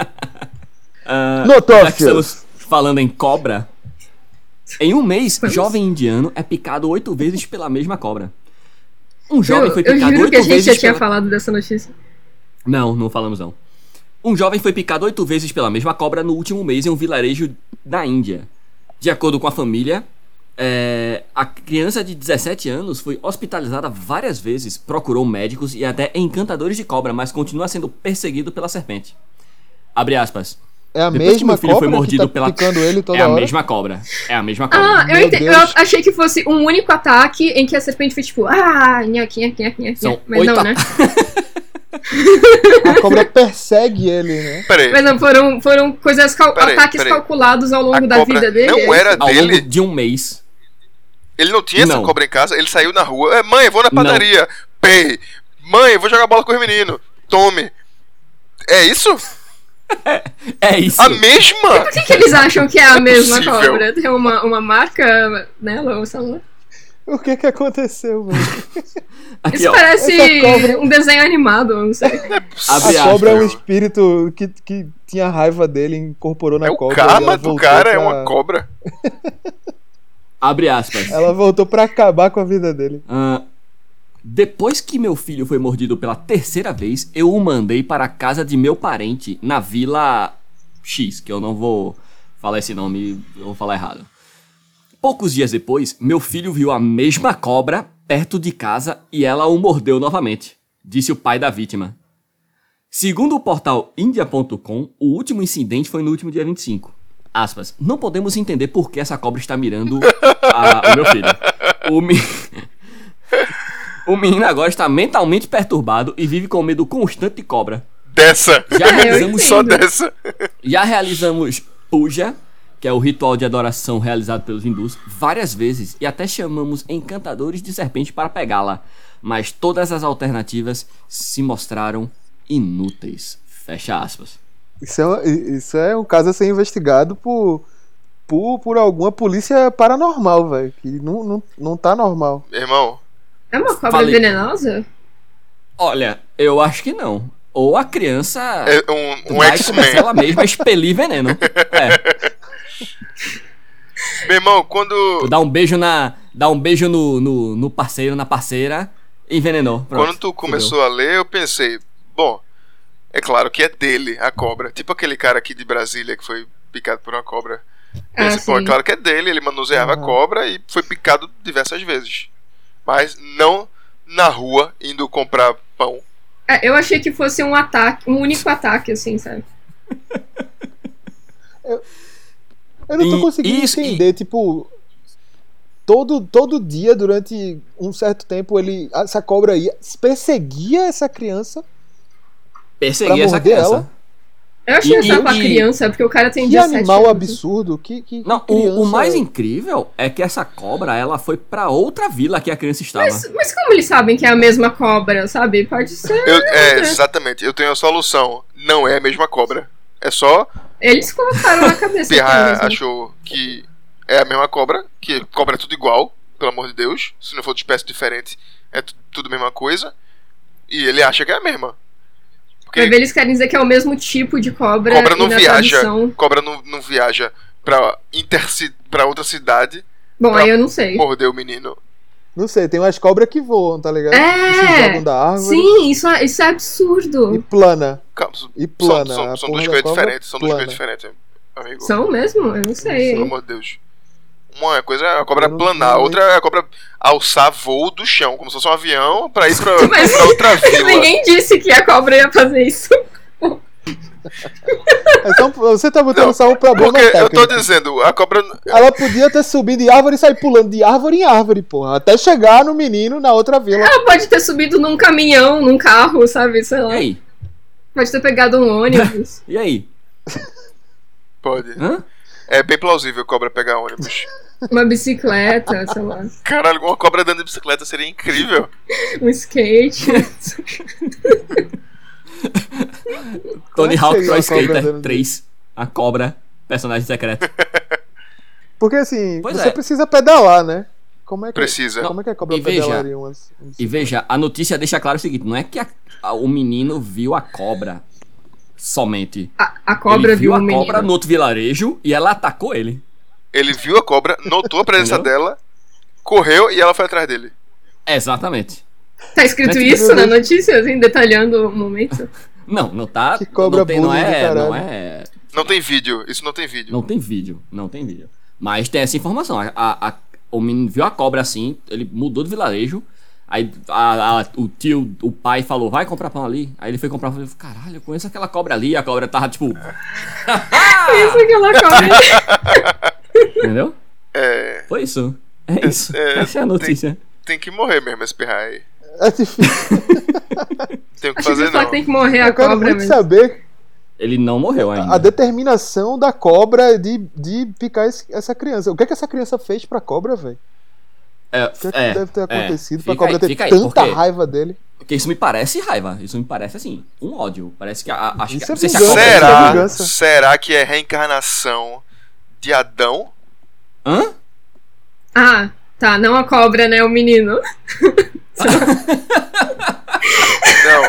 Já que Notócias. estamos falando em cobra, em um mês, jovem indiano é picado 8 vezes pela mesma cobra. Um jovem foi Eu picado juro 8 que a gente já vezes tinha pela... falado dessa notícia. Não falamos não. Um jovem foi picado 8 vezes pela mesma cobra no último mês em um vilarejo da Índia. De acordo com a família, A criança de 17 anos foi hospitalizada várias vezes, procurou médicos e até encantadores de cobra, mas continua sendo perseguido pela serpente. Abre aspas. É a Depois que mesma meu filho foi cobra mordido que tá picando ele toda É a hora? mesma cobra. É a mesma cobra. Ah, eu Meu entendi. Deus. Eu achei que fosse um único ataque em que a serpente fez tipo, nhaque, nhaque, nhaque, nhaque. São Mas 8 não, né? A cobra persegue ele, né? Peraí. Mas não, foram coisas, Peraí, ataques peraí. calculados ao longo A da cobra vida dele. não era Ao longo dele? de um mês. Ele não tinha essa Não. cobra em casa? Ele saiu na rua. Mãe, eu vou na Não. padaria. Pei. Mãe, eu vou jogar bola com os meninos. Tome. É isso? É isso. A mesma? Por que eles acham que é a mesma possível. cobra? Tem uma marca nela, ou sei lá. O que aconteceu, velho? Aqui, Isso ó. parece Essa cobra- um desenho animado, não sei. Abre A cobra é um aspas. espírito que tinha raiva dele, incorporou na É o cobra. e karma ela do voltou cara, é pra- uma cobra. Abre aspas. Ela voltou pra acabar com a vida dele. Depois que meu filho foi mordido pela terceira vez, eu o mandei para a casa de meu parente na Vila X, que eu não vou falar esse nome, eu vou falar errado. Poucos dias depois, meu filho viu a mesma cobra perto de casa e ela o mordeu novamente, disse o pai da vítima. Segundo o portal India.com, o último incidente foi no último dia 25. Aspas, não podemos entender por que essa cobra está mirando o meu filho. O menino agora está mentalmente perturbado e vive com medo constante de cobra. Dessa. Já eu realizamos, entendo. Só dessa. já realizamos puja, que é o ritual de adoração realizado pelos hindus, várias vezes e até chamamos encantadores de serpente para pegá-la. Mas todas as alternativas se mostraram inúteis. Fecha aspas. Isso é um caso a ser investigado por alguma polícia paranormal, velho. Que não tá normal. Irmão, É uma cobra Falei. venenosa? Olha, eu acho que não. Ou a criança é um vai começar X-Men. ela mesma a expelir veneno. É. Meu irmão, quando. Dá um beijo no parceiro, na parceira, e envenenou. Pronto, Quando tu começou a ler, eu pensei, bom, é claro que é dele a cobra. Tipo aquele cara aqui de Brasília que foi picado por uma cobra. Pensei, pô, é sim. claro que é dele, ele manuseava a cobra e foi picado diversas vezes. Mas não na rua, indo comprar pão. Eu achei que fosse um ataque, um único ataque, assim, sabe? Eu não tô E conseguindo isso- entender, tipo. Todo dia, durante um certo tempo, essa cobra ia, perseguia essa criança. Perseguir Pra essa morder criança. ela? Eu achei que E- era pra e- criança, porque o cara tem Que 17 animal anos. absurdo. Que Não, criança... o mais incrível é que essa cobra, ela foi pra outra vila que a criança estava. Mas como eles sabem que é a mesma cobra, sabe? Pode ser. Exatamente, eu tenho a solução. Não é a mesma cobra. É só Eles colocaram na cabeça. que é a Terra mesma. achou que é a mesma cobra, que cobra é tudo igual, pelo amor de Deus. Se não for de espécie diferente, é tudo a mesma coisa. E ele acha que é a mesma. Vai ver, eles querem dizer que é o mesmo tipo de cobra. Cobra e não na viaja. tradução- Cobra não viaja pra outra cidade Bom, pra aí eu não sei. morder o menino. Não sei, tem umas cobras que voam, tá ligado? Que se jogam da árvore Sim, isso é absurdo. e plana. Calma, E plana. São a duas porra da coisas cobra diferentes. São duas plana. coisas diferentes, amigo. São mesmo? Eu não sei. Pelo amor de Deus. Uma coisa é a cobra Eu não- planar, a não- outra é a cobra alçar voo do chão, como se fosse um avião pra ir pra, Mas- pra outra vila. Ninguém disse que a cobra ia fazer isso. Você tá botando Não, só um problema Porque eu tô técnico. dizendo, a cobra. Ela podia ter subido de árvore e sair pulando de árvore em árvore, porra. Até chegar no menino na outra vila. Ela pode ter subido num caminhão, num carro, sabe? Sei E lá. aí? Pode ter pegado um ônibus. E aí? Pode. Hã? É bem plausível cobra pegar ônibus. Uma bicicleta, sei lá. Caralho, uma cobra andando de bicicleta seria incrível. Um skate. Tony Como é que Hawk seria Pro uma cobra Skater andando de- 3. A cobra, personagem secreto. Porque assim, Pois você é. precisa pedalar, né? Como é que, Precisa. Como é que a cobra E veja- pedalaria E veja, a notícia deixa claro o seguinte: não é que o menino viu a cobra somente. A cobra Ele viu viu a o menino. cobra no outro vilarejo e ela atacou ele. Ele viu a cobra, notou a presença Entendeu? dela, correu e ela foi atrás dele. Exatamente. Tá escrito Mas- isso na notícia, assim, detalhando o momento? Não tá. Que cobra não tem, não bullying do é, caralho. não é. Não tem vídeo, isso não tem vídeo. Não tem vídeo. Mas tem essa informação. o menino viu a cobra assim, ele mudou de vilarejo. Aí o pai falou, vai comprar pão ali. Aí ele foi comprar pão e falou, caralho, eu conheço aquela cobra ali. E a cobra tava tipo... Conheço aquela cobra. Entendeu? Foi isso. É isso. Essa é a notícia. Tem que morrer mesmo esse pirraia aí. É difícil. Tem o que Acho fazer que só não. tem que morrer a Eu quero cobra muito mesmo. saber Ele não morreu ainda. a determinação da cobra de picar essa criança. O que é que essa criança fez pra cobra, velho? O que é que deve ter acontecido pra cobra ter tanta raiva dele? Porque isso me parece raiva. Isso me parece, assim, um ódio. Parece que acho que Isso é não sei se a vingança. cobra... Isso é Será, vingança. será que é reencarnação de Adão? Hã? Ah, tá. Não a cobra, né? O menino. Não,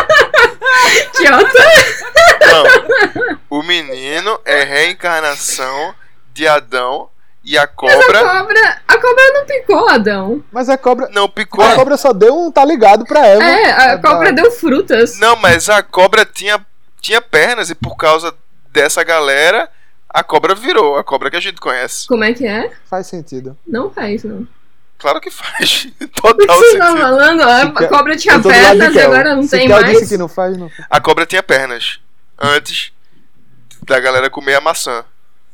Idiota. não. O menino é reencarnação de Adão e a A cobra cobra não picou Adão. Mas a cobra picou. A cobra só deu um tá ligado pra Eva. A cobra deu frutas. Não, mas a cobra tinha pernas e por causa dessa galera, a cobra virou a cobra que a gente conhece. Como é que é? Faz sentido. Não faz, não. Claro que faz. O que Total você tá sentido. falando? A cobra tinha Eu tô do lado de pernas e Kel. agora não Se tem Kel mais. disse que não faz, não faz. A cobra tinha pernas antes da galera comer a maçã.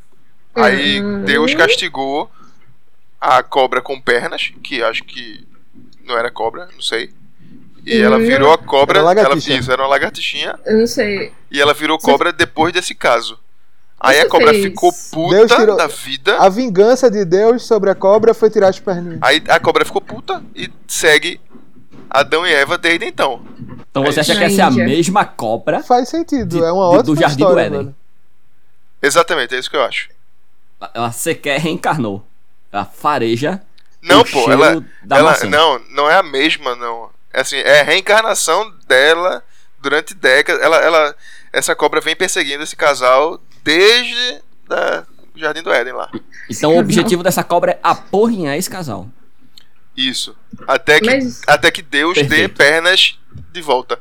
Aí Deus castigou a cobra com pernas, que acho que não era cobra, não sei. E ela virou a cobra. Era lagartixa. Isso, era uma lagartixinha. Eu não sei. E ela virou cobra depois desse caso. Aí Você a cobra fez. ficou Deus puta tirou- da vida. A vingança de Deus sobre a cobra foi tirar as perninhas. Aí a cobra ficou puta e segue Adão e Eva desde então. Então você acha Na que essa é a Índia. mesma cobra? Faz sentido, é uma do ótima Jardim do história, Éden. velho. Exatamente, é isso que eu acho. Ela sequer reencarnou. Ela fareja Não, o pô, cheiro ela da maçã. não é a mesma, não. É assim, é a reencarnação dela durante décadas. Essa cobra vem perseguindo esse casal desde o Jardim do Éden lá. Então o objetivo dessa cobra é aporrinhar esse casal. Isso. Até que Deus dê Perfeito. pernas de volta.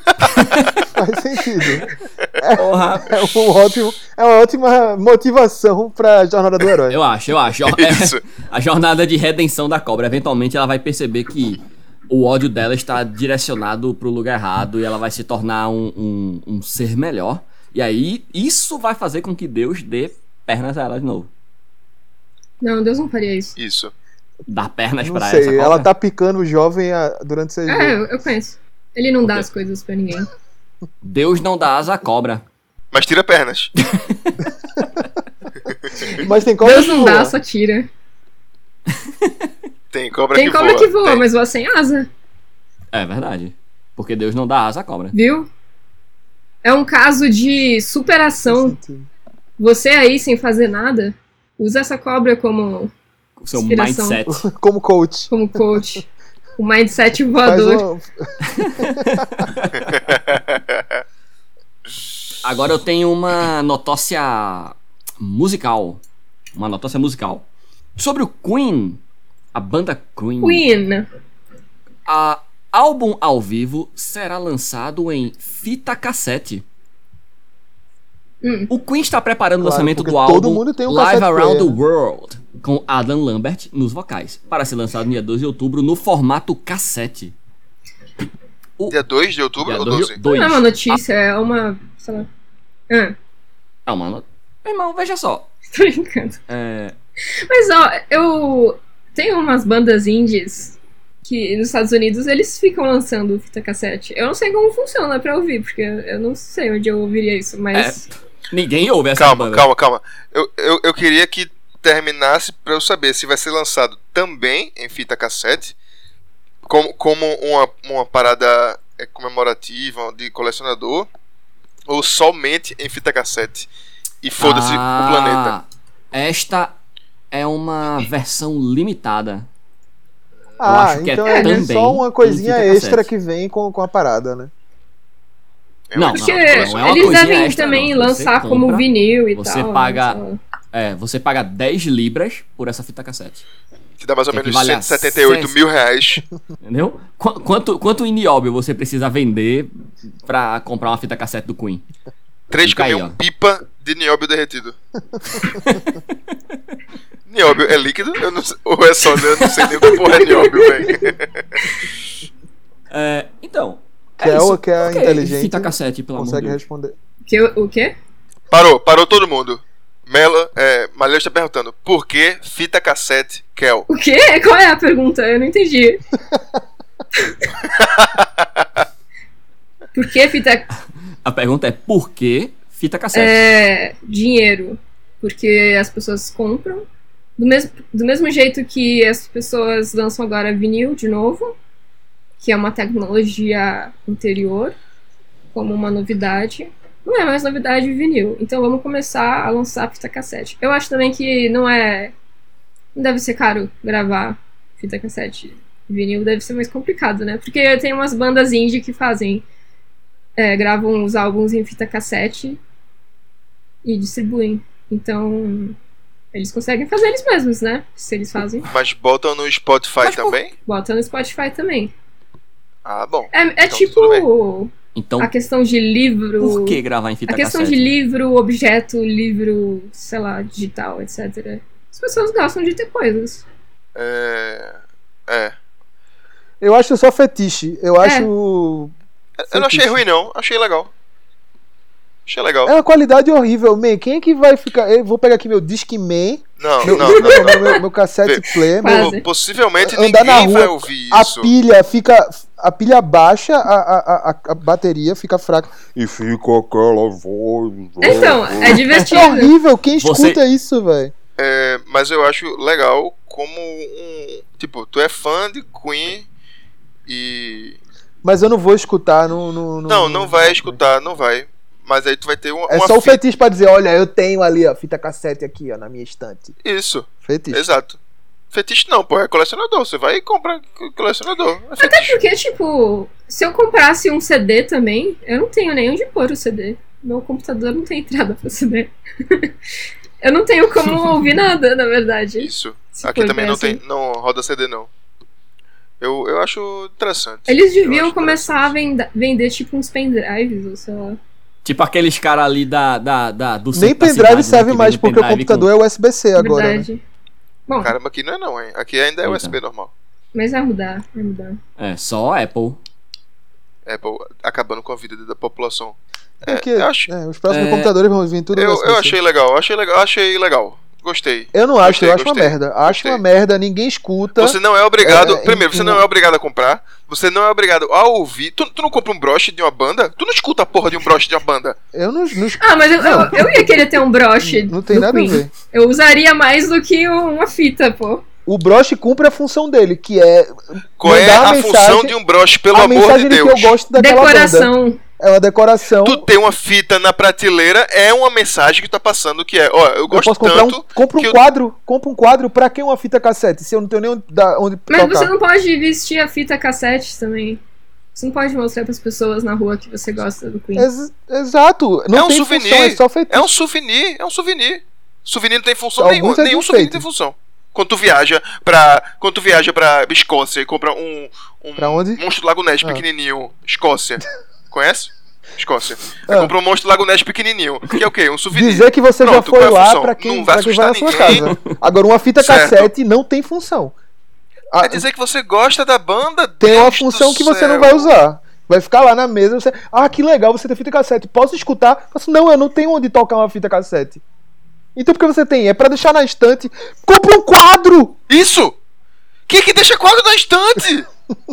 Faz sentido. Porra. É uma ótima motivação pra jornada do herói. Eu acho. Isso. A jornada de redenção da cobra. Eventualmente ela vai perceber que o ódio dela está direcionado pro lugar errado e ela vai se tornar um ser melhor. E aí, isso vai fazer com que Deus dê pernas a ela de novo. Não, Deus não faria isso. Isso. Dar pernas Não pra sei, essa cobra. ela tá picando o jovem durante 6 meses. Eu conheço. Ele não dá quê? as coisas pra ninguém. Deus não dá asa à cobra. Mas tira pernas. Mas tem cobra Deus que não voa. dá, só tira. Tem cobra Tem que cobra voa. que voa, Tem. mas voa sem asa, É verdade. Porque Deus não dá asa à cobra. viu? É um caso de Faz superação. sentido. Você aí, sem fazer nada, usa essa cobra como O seu Inspiração. mindset. Como coach. coach. O mindset Faz voador. uma... Agora eu tenho uma notócia musical. Uma notócia musical. Sobre o Queen. A banda Queen. Queen. A álbum ao vivo será lançado em fita cassete. O Queen está preparando o Claro, lançamento porque do todo álbum mundo tem um Live cassette Around player, the World, com Adam Lambert nos vocais, para ser lançado no dia 12 de outubro no formato cassete. Dia 2 de outubro ou 12? Não é uma notícia, é uma. Sei lá. É uma not... Irmão, veja só. Tô brincando. É... Mas ó, eu tenho umas bandas indies que nos Estados Unidos eles ficam lançando fita cassete. Eu não sei como funciona pra ouvir, porque eu não sei onde eu ouviria isso, mas. Ninguém ouve essa Calma, banda. calma. Eu queria que terminasse pra eu saber se vai ser lançado também em fita cassete, como uma parada comemorativa de colecionador, ou somente em fita cassete. E foda-se o planeta. Esta é uma versão limitada. Ah, acho que é então é também só uma coisinha em fita extra cassete. que vem com a parada, né? Não, Porque não é uma eles coisinha devem extra, também não. Você lançar como compra, vinil e você tal. paga- né, sei lá. Você paga 10 libras por essa fita cassete. Que dá mais ou Que menos equivale a 178 mil reais. Entendeu? Quanto nióbio você precisa vender pra comprar uma fita cassete do Queen? 3 Fica aí, caminhão ó. pipa de nióbio derretido. Nióbio é líquido? Eu não sei, ou é sólido? Eu não sei nem o que porra é nióbio, velho. Então. Que é isso. o que é Por que inteligente. Fita cassete, pelo amor de Consegue Deus. responder. O quê? Parou todo mundo. Maleu está perguntando, por que fita cassete Kel? O quê? Qual é a pergunta? Eu não entendi. Por que fita... A pergunta é por que fita cassete? Dinheiro. Porque as pessoas compram. Do mesmo jeito que as pessoas lançam agora vinil de novo, que é uma tecnologia anterior, como uma novidade. Não é mais novidade vinil. Então vamos começar a lançar fita cassete. Eu acho também que não deve ser caro gravar fita cassete. Vinil deve ser mais complicado, né? Porque tem umas bandas indie que fazem... gravam os álbuns em fita cassete e distribuem. Então, eles conseguem fazer eles mesmos, né? Se eles fazem. Mas botam no Spotify também? Botam no Spotify também. Ah, bom. É Então, tudo tipo Então, a questão de livro... por que gravar em fita A questão cassete? de livro, objeto, livro, sei lá, digital, etc. As pessoas gostam de ter coisas. Eu acho só fetiche. Eu acho. Eu não achei ruim, não. Achei legal. Achei legal. É uma qualidade horrível, man. Quem é que vai ficar. Eu vou pegar aqui meu Discman, Não, meu cassete player, Quase. Possivelmente andar na ninguém vai rua, ouvir a isso. pilha baixa, a bateria fica fraca. E fica aquela voz. Então, é divertido. É horrível, quem Você- escuta isso, velho? Mas eu acho legal como tipo, tu é fã de Queen e... Mas eu não vou escutar Não vai escutar, não vai. Mas aí tu vai ter uma É só o fita. fetiche pra dizer, olha, eu tenho ali, ó, fita cassete aqui, ó, na minha estante. Isso, Fetiche. exato. Fetiche não, pô, é colecionador. Você vai e compra colecionador. É Até fetiche. porque, tipo, se eu comprasse um CD também, eu não tenho nem onde pôr o CD. Meu computador não tem entrada pra CD. Eu não tenho como ouvir nada, na verdade. Isso. Se Aqui for também ver não assim. tem, não roda CD não. Eu acho interessante. Eles Eu deviam acho começar a interessante. vender, tipo, uns pendrives, ou sei lá. Tipo aqueles caras ali do Nem centro da pendrive cidade, serve né, que mais, vende porque o pendrive computador é USB-C agora, né? Verdade. Bom, Caramba, aqui não é não, hein? Aqui ainda é Eita. USB normal. mas vai mudar, vai mudar. Só Apple. Apple acabando com a vida da população. Porque eu acho- os próximos computadores vão vir tudo Eu USB-C. achei legal. Gostei. Eu não acho, eu acho Gostei. uma merda. Acho Gostei. uma merda, ninguém escuta. Você não é obrigado. É, Primeiro, você não é obrigado a comprar. Você não é obrigado a ouvir. Tu não compra um broche de uma banda? Tu não escuta a porra de um broche de uma banda. Eu não Ah, mas eu ia querer ter um broche. Não tem do nada a Queen. ver. Eu usaria mais do que uma fita, pô. O broche cumpre a função dele, que é Qual é mandar a mensagem, função de um broche, pelo a amor de mensagem Deus? que eu gosto daquela banda. Decoração. É uma decoração. Tu tem uma fita na prateleira, é uma mensagem que tu tá passando que é, ó, eu Eu gosto posso comprar tanto. compra que um eu- quadro, compra um quadro pra que uma fita cassete, se eu não tenho nem onde Mas tocar. você não pode vestir a fita cassete também. Você não pode mostrar pras pessoas na rua que você gosta do Queen. Exato, não É um tem souvenir. função, é só fetiche. É um souvenir. Souvenir não tem função Alguns nenhuma. é Nenhum de souvenir enfeite. tem função. Quando tu viaja pra Escócia e compra um Pra onde? monstro Lago Ness Ah. pequenininho, Escócia. Conhece? Escócia. Ah. Aí compra um monstro Lago Ness pequenininho. Que é o quê? Um souvenir. Dizer que você já Pronto, foi qual é a lá função? pra quem, Não vai pra quem vai na sua assustar ninguém. casa. Agora, uma fita Certo. cassete não tem função. É dizer que você gosta da banda. Tem uma Deus função do que você céu. não vai usar. Vai ficar lá na mesa, você... Ah, que legal, você tem fita cassete. Posso escutar? Mas, não, eu não tenho onde tocar uma fita cassete. Então por que você tem? É pra deixar na estante. Compra um quadro! Isso! Quem que deixa quadro na estante?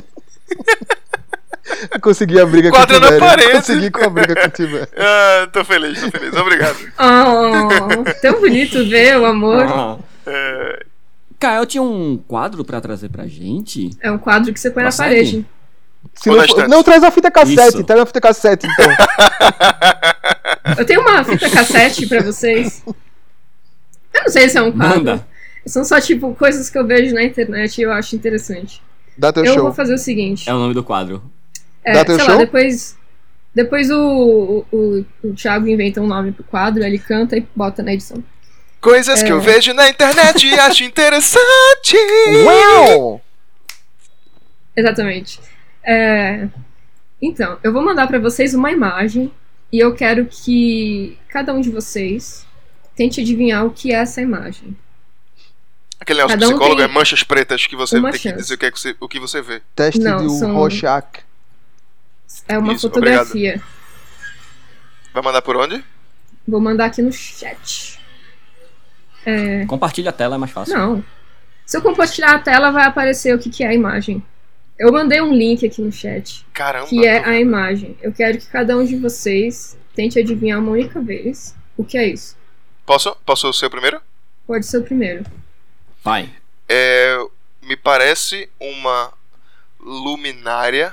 Eu consegui a briga com o Quadro na Tibério. parede. Consegui com a briga com o Tibério. Tô feliz. Obrigado. Oh, tão bonito ver o amor. Ah. É, Kael tinha um quadro pra trazer pra gente. É um quadro que você põe Consegue? na parede. Se Ou não, na estante. não, traz a fita cassete. Isso. Traz uma fita cassete, então. Eu tenho uma fita cassete pra vocês. Eu não sei se é um quadro. Manda. São só, tipo, coisas que eu vejo na internet e eu acho interessante. Dá teu Eu show. vou fazer o seguinte. É o nome do quadro. Dá teu sei show? lá, depois o Thiago inventa um nome pro quadro, ele canta e bota na edição. coisas que eu vejo na internet e acho interessante. Uau! Exatamente. Então, eu vou mandar pra vocês uma imagem e eu quero que cada um de vocês tente adivinhar o que é essa imagem. Aquele negócio Cada um psicólogo tem é manchas pretas que você uma tem que chance. dizer o que você vê. Teste Não, de são- Rorschach. É uma Isso, fotografia. Vai mandar por onde? Vou mandar aqui no chat. Compartilha a tela, é mais fácil. Não. Se eu compartilhar a tela, vai aparecer o que é a imagem. Eu mandei um link aqui no chat, Caramba. que é tô a vendo. imagem. Eu quero que cada um de vocês tente adivinhar uma única vez o que é isso. Posso ser o primeiro? Pode ser o primeiro. Vai. Me parece uma luminária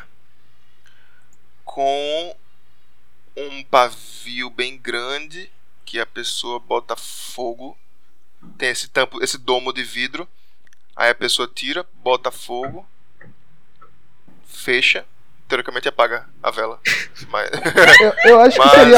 com um pavio bem grande que a pessoa bota fogo. Tem esse domo de vidro. Aí a pessoa tira, bota fogo, fecha, teoricamente apaga a vela. Mas Eu acho que Mas- seria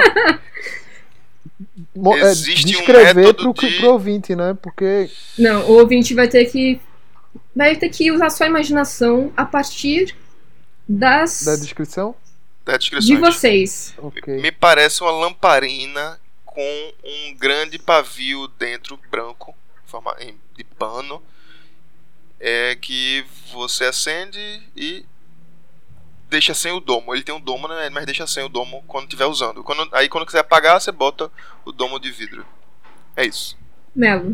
bom Existe um descrever método pro de- ouvinte, né? Porque Não, o ouvinte vai ter que usar sua imaginação a partir da das descrição. da de descrição. vocês. Ok. Me parece uma lamparina com um grande pavio dentro, branco, de pano, que você acende e deixa sem o domo. Ele tem um domo, né, mas deixa sem o domo quando estiver usando. Quando quiser apagar, você bota o domo de vidro. É isso. Melo.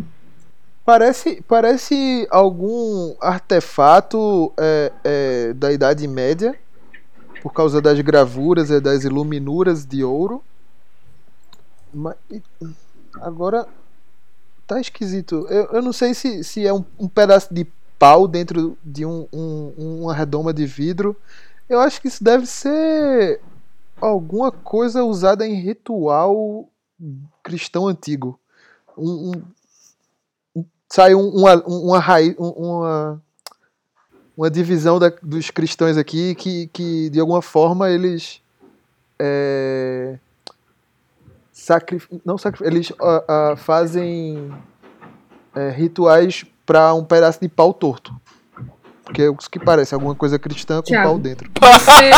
Parece algum artefato da Idade Média, por causa das gravuras e das iluminuras de ouro. Agora tá esquisito. Eu não sei se é um pedaço de pau dentro de uma redoma de vidro. Eu acho que isso deve ser alguma coisa usada em ritual cristão antigo. Sai uma raiz, uma divisão dos cristãos aqui que de alguma forma eles eles fazem rituais para um pedaço de pau torto. Porque é isso que parece, alguma coisa cristã com Thiago. pau dentro. Você,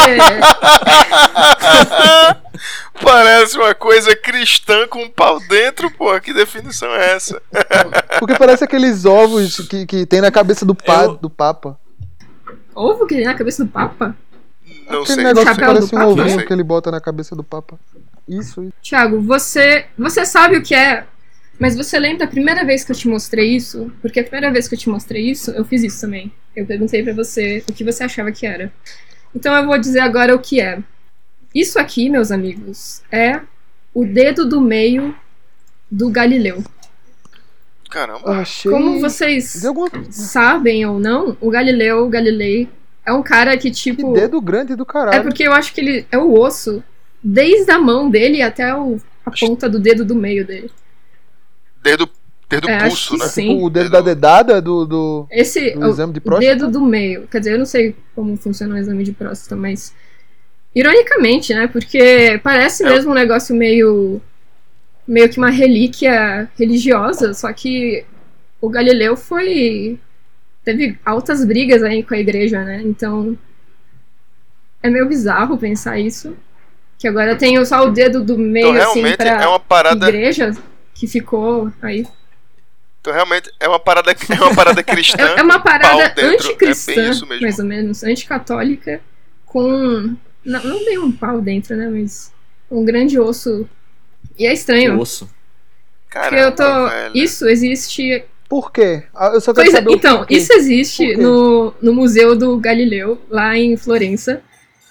Parece uma coisa cristã com um pau dentro, pô. Que definição é essa? Porque parece aqueles ovos que tem na cabeça do Papa. ovo que tem na cabeça do Papa? Não Aquele sei. negócio que Chapéu parece do um Papa? Não ovinho sei. que ele bota na cabeça do Papa. Isso. Thiago, você sabe o que é, mas você lembra a primeira vez que eu te mostrei isso? Porque a primeira vez que eu te mostrei isso, eu fiz isso também. Eu perguntei pra você o que você achava que era. Então eu vou dizer agora o que é. Isso aqui, meus amigos, é o dedo do meio do Galileu. Caramba. Achei. Como vocês De alguma... sabem ou não, o Galilei é um cara que, Que tipo... dedo grande do É caralho. porque eu acho que ele é o osso, desde a mão dele até a ponta do dedo do meio dele. Dedo acho pulso, que né? sim. Tipo, o dedo da dedada do Esse do exame de o próstata. dedo do meio. Quer dizer, eu não sei como funciona o exame de próstata, mas... Ironicamente, né? Porque parece mesmo um negócio meio que uma relíquia religiosa, só que o Galileu teve altas brigas aí com a igreja, né? Então é meio bizarro pensar isso. Que agora tem só o dedo do meio, Então assim, realmente pra é uma parada. igreja que ficou aí. Então realmente é uma parada cristã. É uma com pau parada dentro. anticristã, É bem isso mesmo. mais ou menos, anticatólica, com... Não bem um pau dentro, né? Mas um grande osso. E é estranho. Osso. Porque eu tô... Caramba, velho. Isso existe... Por quê? Eu só quero Pois é, saber então, o porquê. isso existe Por quê? no Museu do Galileu, lá em Florença.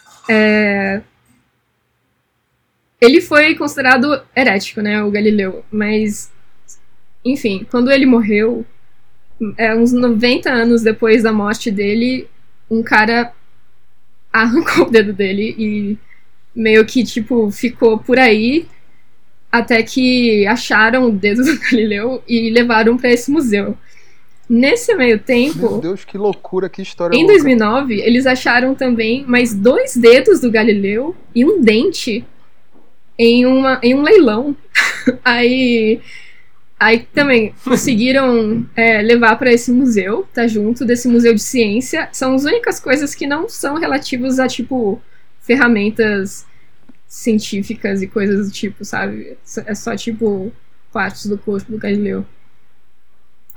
Ele foi considerado herético, né, o Galileu. Mas, enfim, quando ele morreu, uns 90 anos depois da morte dele, um cara arrancou o dedo dele e meio que, tipo, ficou por aí até que acharam o dedo do Galileu e levaram pra esse museu. Nesse meio Meu tempo, Deus, que loucura, que história em louca. 2009, eles acharam também mais 2 dedos do Galileu e um dente em um leilão. Aí também conseguiram levar para esse museu, tá junto desse museu de ciência. São as únicas coisas que não são relativas a, tipo, ferramentas científicas e coisas do tipo, sabe? É só, tipo, partes do corpo do Galileu.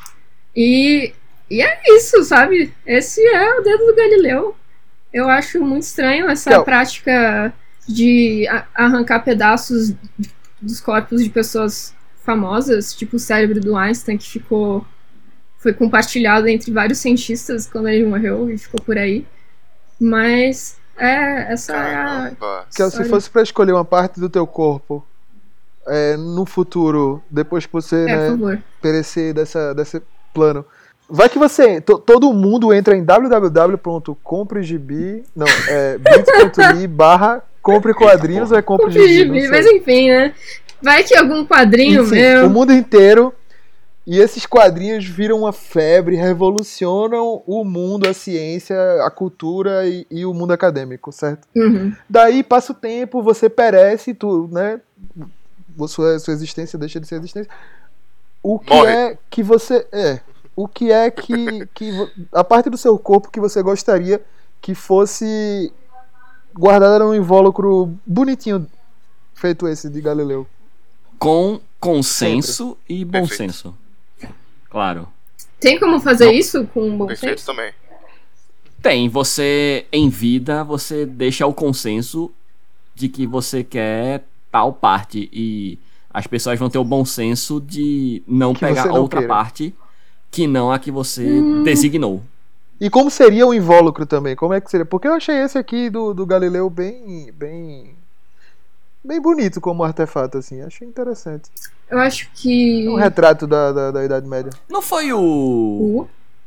E é isso, sabe? Esse é o dedo do Galileu. Eu acho muito estranho essa prática de arrancar pedaços dos corpos de pessoas famosas, tipo o cérebro do Einstein, que foi compartilhado entre vários cientistas quando ele morreu e ficou por aí. Mas essa Caramba. Que se fosse pra escolher uma parte do teu corpo no futuro, depois que você perecer desse plano, vai que você todo mundo entra em www.compregibi, não, bit.ly/compre quadrinhos ou é compre gibi, mas enfim, né? Vai que algum quadrinho o mundo inteiro. E esses quadrinhos viram uma febre, revolucionam o mundo, a ciência, a cultura e o mundo acadêmico, certo? Uhum. Daí passa o tempo, você perece, né? Sua existência deixa de ser existência. O que Morre. é que você o que é que a parte do seu corpo que você gostaria que fosse guardada num invólucro bonitinho, feito esse de Galileu? Com consenso e bom Perfeito. senso. Claro. Tem como fazer isso com bom Perfeito senso? também. Tem, você em vida, você deixa o consenso de que você quer tal parte e as pessoas vão ter o bom senso de não Que pegar você não outra queira. parte que não a que você designou. E como seria o invólucro também? Como é que seria? Porque eu achei esse aqui do Galileu bem bonito como artefato, assim. Achei interessante. Eu acho que... É um retrato da Idade Média. Não foi o...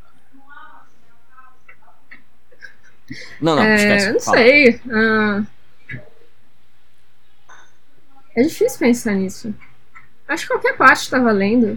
Não, esquece. Não fala. sei. É difícil pensar nisso. Acho que qualquer parte tá valendo.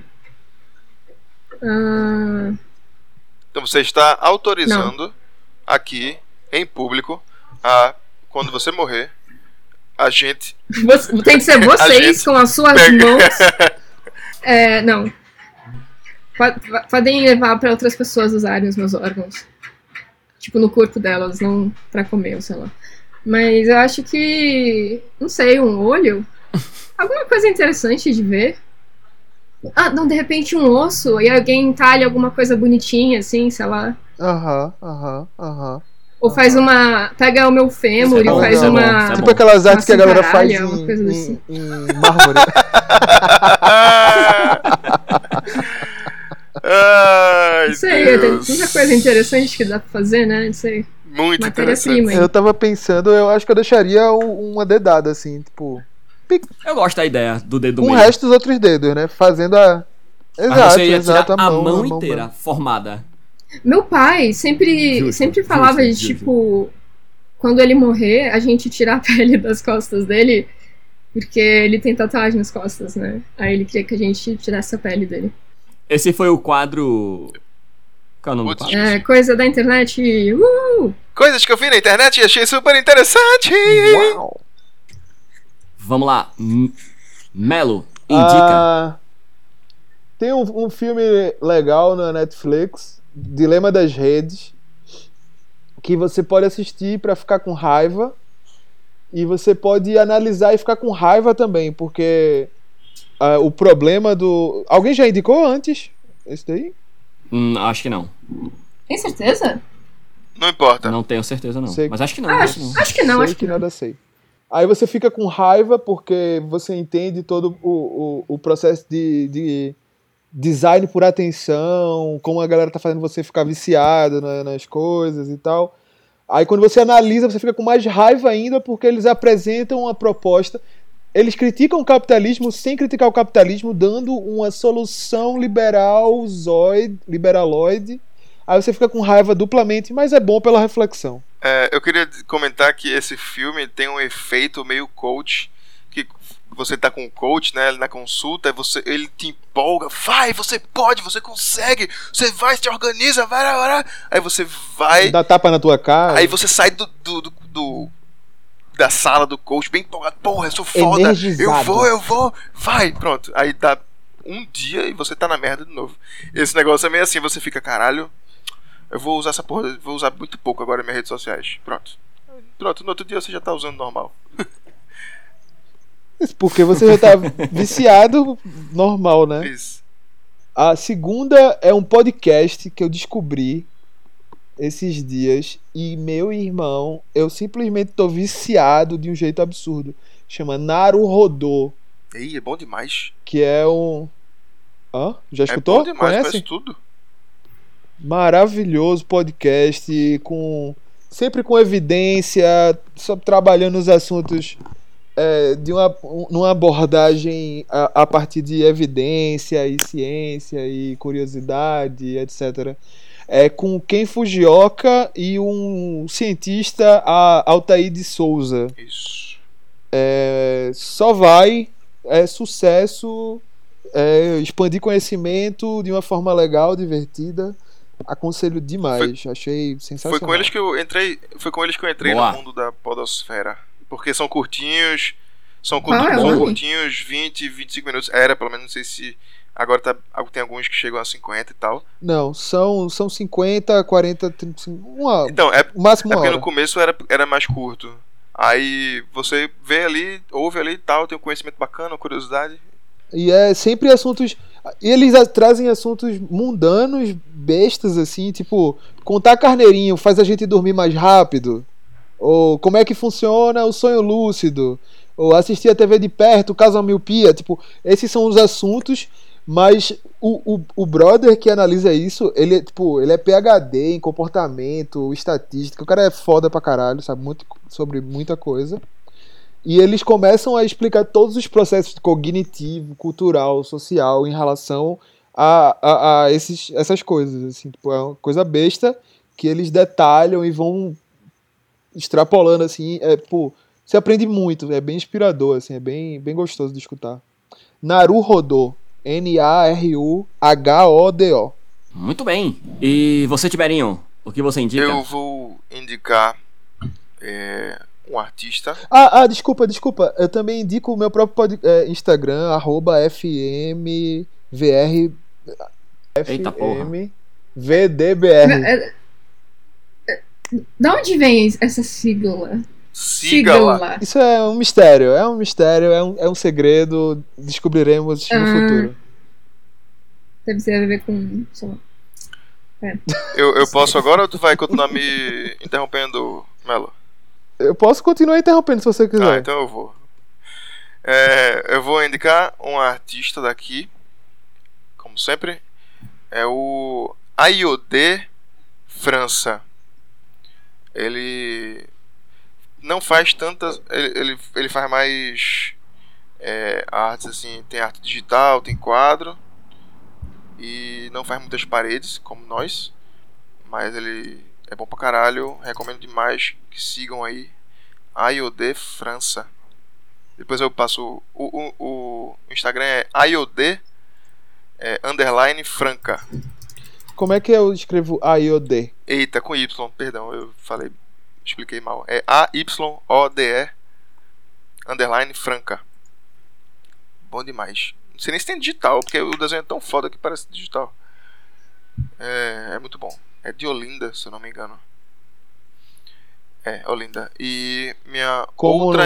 Então você está autorizando aqui, em público, quando você morrer, a gente... Tem que ser vocês gente com as suas mãos. Não. Podem levar pra outras pessoas usarem os meus órgãos. Tipo, no corpo delas, não pra comer, ou sei lá. Mas eu acho que... Não sei, um olho? Alguma coisa interessante de ver? Não, de repente um osso e alguém entalha alguma coisa bonitinha, assim, sei lá. Aham. Ou faz pega o meu fêmur Isso é e bom, faz isso é bom, uma... isso é Tipo aquelas artes que a galera faz cintaralha, uma coisa assim. em mármore. Ai, Não sei, tem Deus. muita coisa interessante que dá pra fazer, né? Não sei. Muito Matéria-prima, interessante. hein? Eu tava pensando, eu acho que eu deixaria uma dedada, assim, tipo... Eu gosto da ideia do dedo Com o meio. resto dos outros dedos, né? Fazendo a... Mas você ia Exato, tirar a mão a inteira, mesmo. formada. Meu pai sempre falava de, tipo... Quando ele morrer, a gente tirar a pele das costas dele, porque ele tem tatuagem nas costas, né? Aí ele queria que a gente tirasse a pele dele. Esse foi o quadro... Qual é o nome do Putz, quadro? Coisa da internet. Coisas que eu vi na internet e achei super interessante. Uau! Vamos lá. Melo, indica. Tem um filme legal na Netflix, Dilema das Redes, que você pode assistir pra ficar com raiva e você pode analisar e ficar com raiva também, porque o problema do... Alguém já indicou antes esse daí? Acho que não. Tem certeza? Não importa. Não tenho certeza, não. Sei. Mas acho que não. Acho que não, sei acho que não. nada sei. Aí você fica com raiva porque você entende todo o processo de design por atenção, como a galera tá fazendo você ficar viciado nas coisas e tal. Aí quando você analisa, você fica com mais raiva ainda porque eles apresentam uma proposta. Eles criticam o capitalismo sem criticar o capitalismo, dando uma solução liberaloide. Aí você fica com raiva duplamente, mas é bom pela reflexão. Eu queria comentar que esse filme tem um efeito meio coach, que você tá com o coach, né, na consulta, ele te empolga, vai, você pode, você consegue, você vai, se organiza, vai. Aí você vai... Dá tapa na tua cara. Aí você sai da sala do coach bem empolgado, porra, eu sou foda, energizado. eu vou, vai, pronto. Aí dá um dia e você tá na merda de novo. Esse negócio é meio assim, você fica, caralho, eu vou usar essa porra, vou usar muito pouco agora nas minhas redes sociais. Pronto, no outro dia você já tá usando normal. Porque você já tá viciado normal, né? Isso. A segunda é um podcast que eu descobri esses dias e, meu irmão, eu simplesmente tô viciado de um jeito absurdo. Chama Naruhodô, Ei, é bom demais. que é um... Hã? Já É escutou? bom demais, Conhece? conhece tudo. Maravilhoso podcast, sempre com evidência, só trabalhando os assuntos numa abordagem a partir de evidência e ciência e curiosidade, etc. Com o Ken Fujioka e um cientista, Altair de Souza. Isso. Só vai, sucesso, expandir conhecimento de uma forma legal, divertida. Aconselho demais, achei sensacional. Foi com eles que eu entrei Boa. no mundo da podosfera. Porque são curtinhos, são Ah, é são longo? curtinhos, 20, 25 minutos. Era, pelo menos, não sei se agora tem alguns que chegam a 50 e tal. Não, são 50, 40, 35, Então, o máximo é uma porque hora. no começo era mais curto. Aí você vê ali, ouve ali e tal, tem um conhecimento bacana, curiosidade. E é sempre assuntos. Eles trazem assuntos mundanos, bestas, assim, tipo, contar carneirinho faz a gente dormir mais rápido. Ou como é que funciona o sonho lúcido. Ou assistir a TV de perto, causa miopia. Tipo, esses são os assuntos, mas o brother que analisa isso, ele é PhD em comportamento, estatística. O cara é foda pra caralho, sabe muito sobre muita coisa. E eles começam a explicar todos os processos cognitivo, cultural, social em relação a essas coisas. Assim, tipo, é uma coisa besta que eles detalham e vão extrapolando. Assim, você aprende muito, é bem inspirador, assim, é bem, bem gostoso de escutar. Naruhodô, Naruhodô. Muito bem. E você, Tiberinho, o que você indica? Eu vou indicar um artista. Desculpa. Eu também indico o meu próprio Instagram, @FMVR. Eita porra. FMVDBR. Da onde vem essa sigla? Siga-la. Isso é um mistério, é um segredo. Descobriremos no futuro. Deve ser a ver com, sei lá. Eu posso agora ou tu vai continuar me interrompendo, Melo? Eu posso continuar interrompendo se você quiser. Então eu vou. Eu vou indicar um artista daqui, como sempre. É o Ayodé França. Ele não faz tantas. Ele faz mais artes assim. Tem arte digital, tem quadro. E não faz muitas paredes, como nós. Mas ele é bom pra caralho. Recomendo demais que sigam aí. Ayodé França. Depois eu passo. O Instagram é Ayodé _ Franca. Como é que eu escrevo Ayodé? Eita, com Y, perdão, eu expliquei mal. É AYODE _ Franca. Bom demais. Não sei nem se tem digital, porque o desenho é tão foda que parece digital. É muito bom. É de Olinda, se eu não me engano. Olinda. E minha Como outra.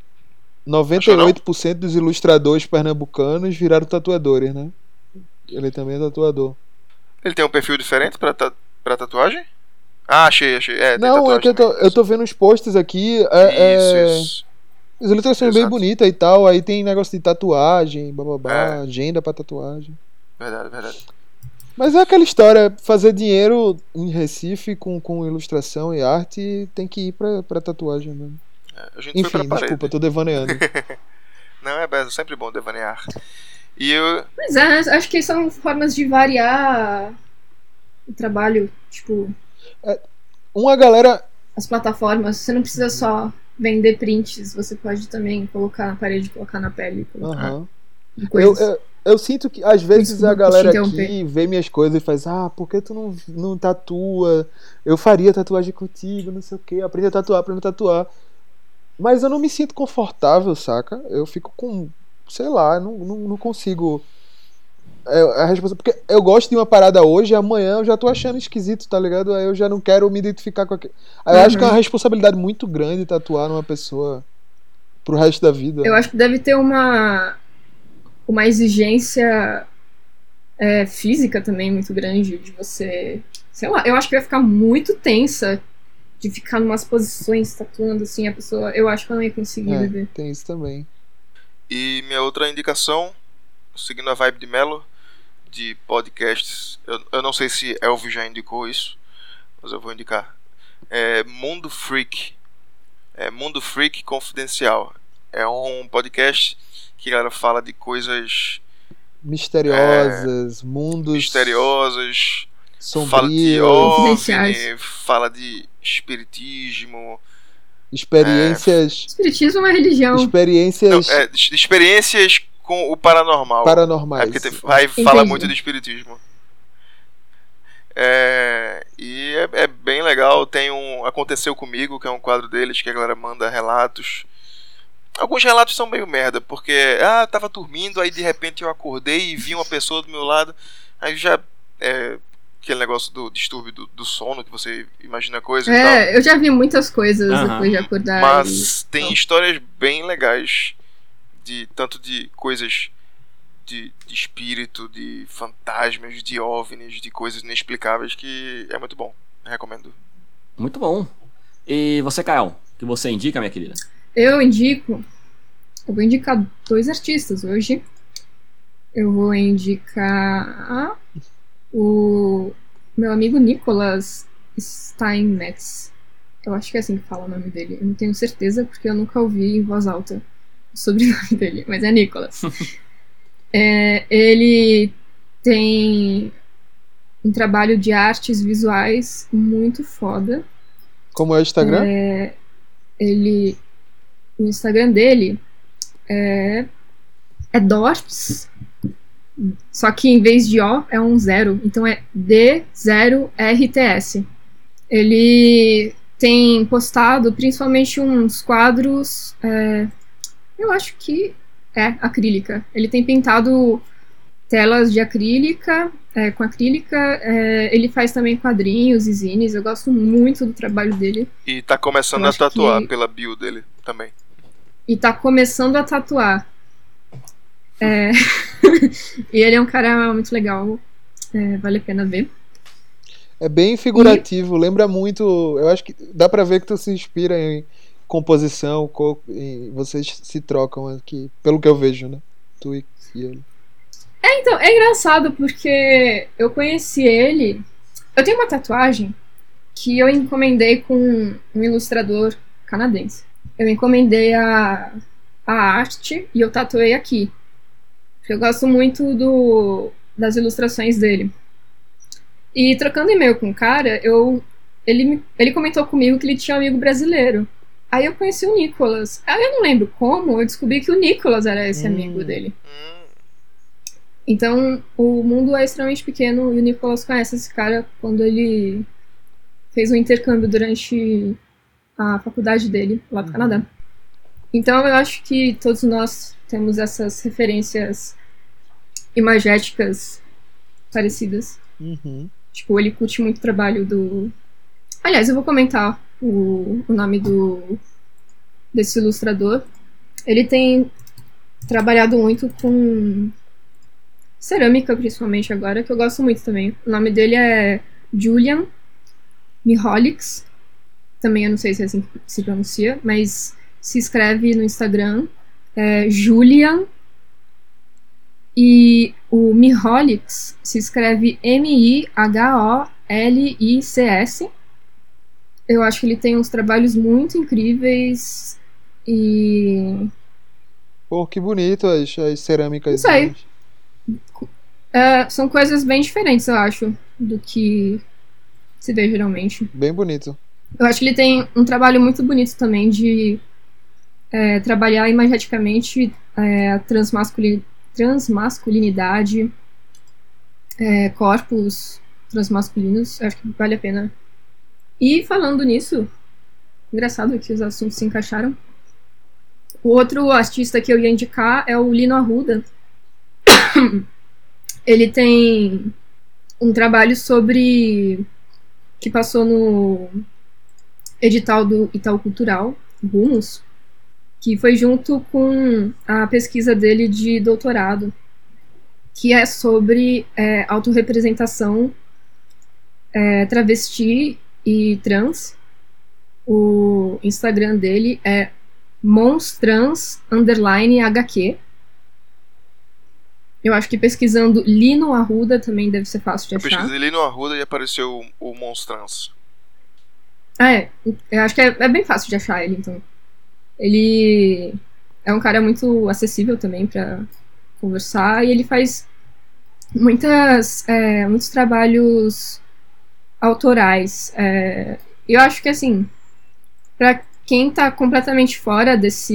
98% dos ilustradores pernambucanos viraram tatuadores, né? Ele também é tatuador. Ele tem um perfil diferente pra tatuagem? Achei. Tem Não, é que tatuagem eu tô vendo os posts aqui. Isso. As ilustrações bem Exato. bonitas e tal. Aí tem negócio de tatuagem, bababá, É. agenda pra tatuagem. Verdade. Mas é aquela história, fazer dinheiro em Recife com ilustração e arte tem que ir pra tatuagem mesmo. A gente foi Enfim, pra parede. desculpa, tô devaneando. Não, é sempre bom devanear. E eu. Pois é, acho que são formas de variar o trabalho, tipo, Uma galera. as plataformas. Você não precisa só vender prints, você pode também colocar na parede, colocar na pele, colocar Aham. em coisas. Eu sinto que às vezes Desculpa a galera te aqui interromper. vê minhas coisas e faz, por que tu não tatua? Eu faria tatuagem contigo, não sei o que, aprende a tatuar. Mas eu não me sinto confortável, saca? Eu fico com, sei lá, não consigo. A resposta, porque eu gosto de uma parada hoje, amanhã eu já tô achando esquisito, tá ligado? Aí eu já não quero me identificar com aquilo. Aí eu acho que é uma responsabilidade muito grande tatuar numa pessoa pro resto da vida. Eu acho que deve ter uma exigência física também muito grande, de você... Sei lá, eu acho que eu ia ficar muito tensa de ficar em umas posições tatuando, assim, a pessoa... Eu acho que eu não ia conseguir viver. Tem isso também. E minha outra indicação, seguindo a vibe de Melo, de podcasts, eu não sei se Elvio já indicou isso, mas eu vou indicar. Mundo Freak. Mundo Freak Confidencial. É um podcast que a galera fala de coisas misteriosas, mundos misteriosas, sombrios, fala de Confidenciais. OVNI, fala de espiritismo, experiências, Espiritismo é uma religião. experiências de experiências com o paranormal. paranormais. Porque fala Entendi. muito de espiritismo. E é bem legal. Tem Aconteceu Comigo, que é um quadro deles, que a galera manda relatos. Alguns relatos são meio merda, porque tava dormindo, aí de repente eu acordei e vi uma pessoa do meu lado. Aí já aquele negócio do distúrbio do sono, que você imagina coisa e tal. Eu já vi muitas coisas Aham. depois de acordar. Mas e... tem histórias bem legais, tanto de coisas de espírito, de fantasmas, de OVNIs, de coisas inexplicáveis, que é muito bom. Recomendo. Muito bom. E você, Kael, que você indica, minha querida? Eu vou indicar 2 artistas hoje. Eu vou indicar o meu amigo Nicholas Steinmetz. Eu acho que é assim que fala o nome dele. Eu não tenho certeza, porque eu nunca ouvi em voz alta o sobrenome dele, mas é Nicholas. Ele tem um trabalho de artes visuais muito foda. Como é o Instagram? O Instagram dele é Dorps, só que em vez de O é um 0, então é D0RTS. Ele tem postado principalmente uns quadros, eu acho que acrílica. Ele tem pintado telas de acrílica, com acrílica. Ele faz também quadrinhos e zines. Eu gosto muito do trabalho dele. E tá começando Eu a acho tatuar que- pela bio dele também. E tá começando a tatuar. E ele é um cara muito legal. Vale a pena ver. É bem figurativo, lembra muito. Eu acho que dá pra ver que tu se inspira em composição, e vocês se trocam aqui, pelo que eu vejo, né? Tu e ele. Então, é engraçado porque eu conheci ele. Eu tenho uma tatuagem que eu encomendei com um ilustrador canadense. Eu encomendei a arte e eu tatuei aqui. Porque eu gosto muito das ilustrações dele. E trocando e-mail com o cara, ele comentou comigo que ele tinha um amigo brasileiro. Aí eu conheci o Nicholas. Aí eu não lembro como, eu descobri que o Nicholas era esse amigo dele. Então, o mundo é extremamente pequeno e o Nicholas conhece esse cara quando ele fez um intercâmbio durante a faculdade dele, lá do Canadá. Então, eu acho que todos nós temos essas referências imagéticas parecidas. Uhum. Tipo, ele curte muito o trabalho do... Aliás, eu vou comentar o nome desse ilustrador. Ele tem trabalhado muito com cerâmica, principalmente agora, que eu gosto muito também. O nome dele é Julian Michalix. Também eu não sei se é assim que se pronuncia, mas se escreve no Instagram Julian. E o Michalix se escreve Miholics. Eu acho que ele tem uns trabalhos muito incríveis e... Pô, que bonito as cerâmicas. Não sei. São coisas bem diferentes, eu acho, do que se vê geralmente. Bem bonito. Eu acho que ele tem um trabalho muito bonito também de trabalhar imageticamente a transmasculinidade, corpos transmasculinos. Eu acho que vale a pena. E falando nisso, engraçado que os assuntos se encaixaram. O outro artista que eu ia indicar é o Lino Arruda. Ele tem um trabalho que passou no edital do Itaú Cultural, Rumos, que foi junto com a pesquisa dele de doutorado. que é sobre autorrepresentação travesti e trans. O Instagram dele é monstrans_HQ. Eu acho que pesquisando Lino Arruda também deve ser fácil de achar. Eu pesquisei Lino Arruda e apareceu o Monstrans. Eu acho que é bem fácil de achar ele, então. Ele é um cara muito acessível também pra conversar, e ele faz muitos trabalhos autorais. Eu acho que, assim, pra quem tá completamente fora dessa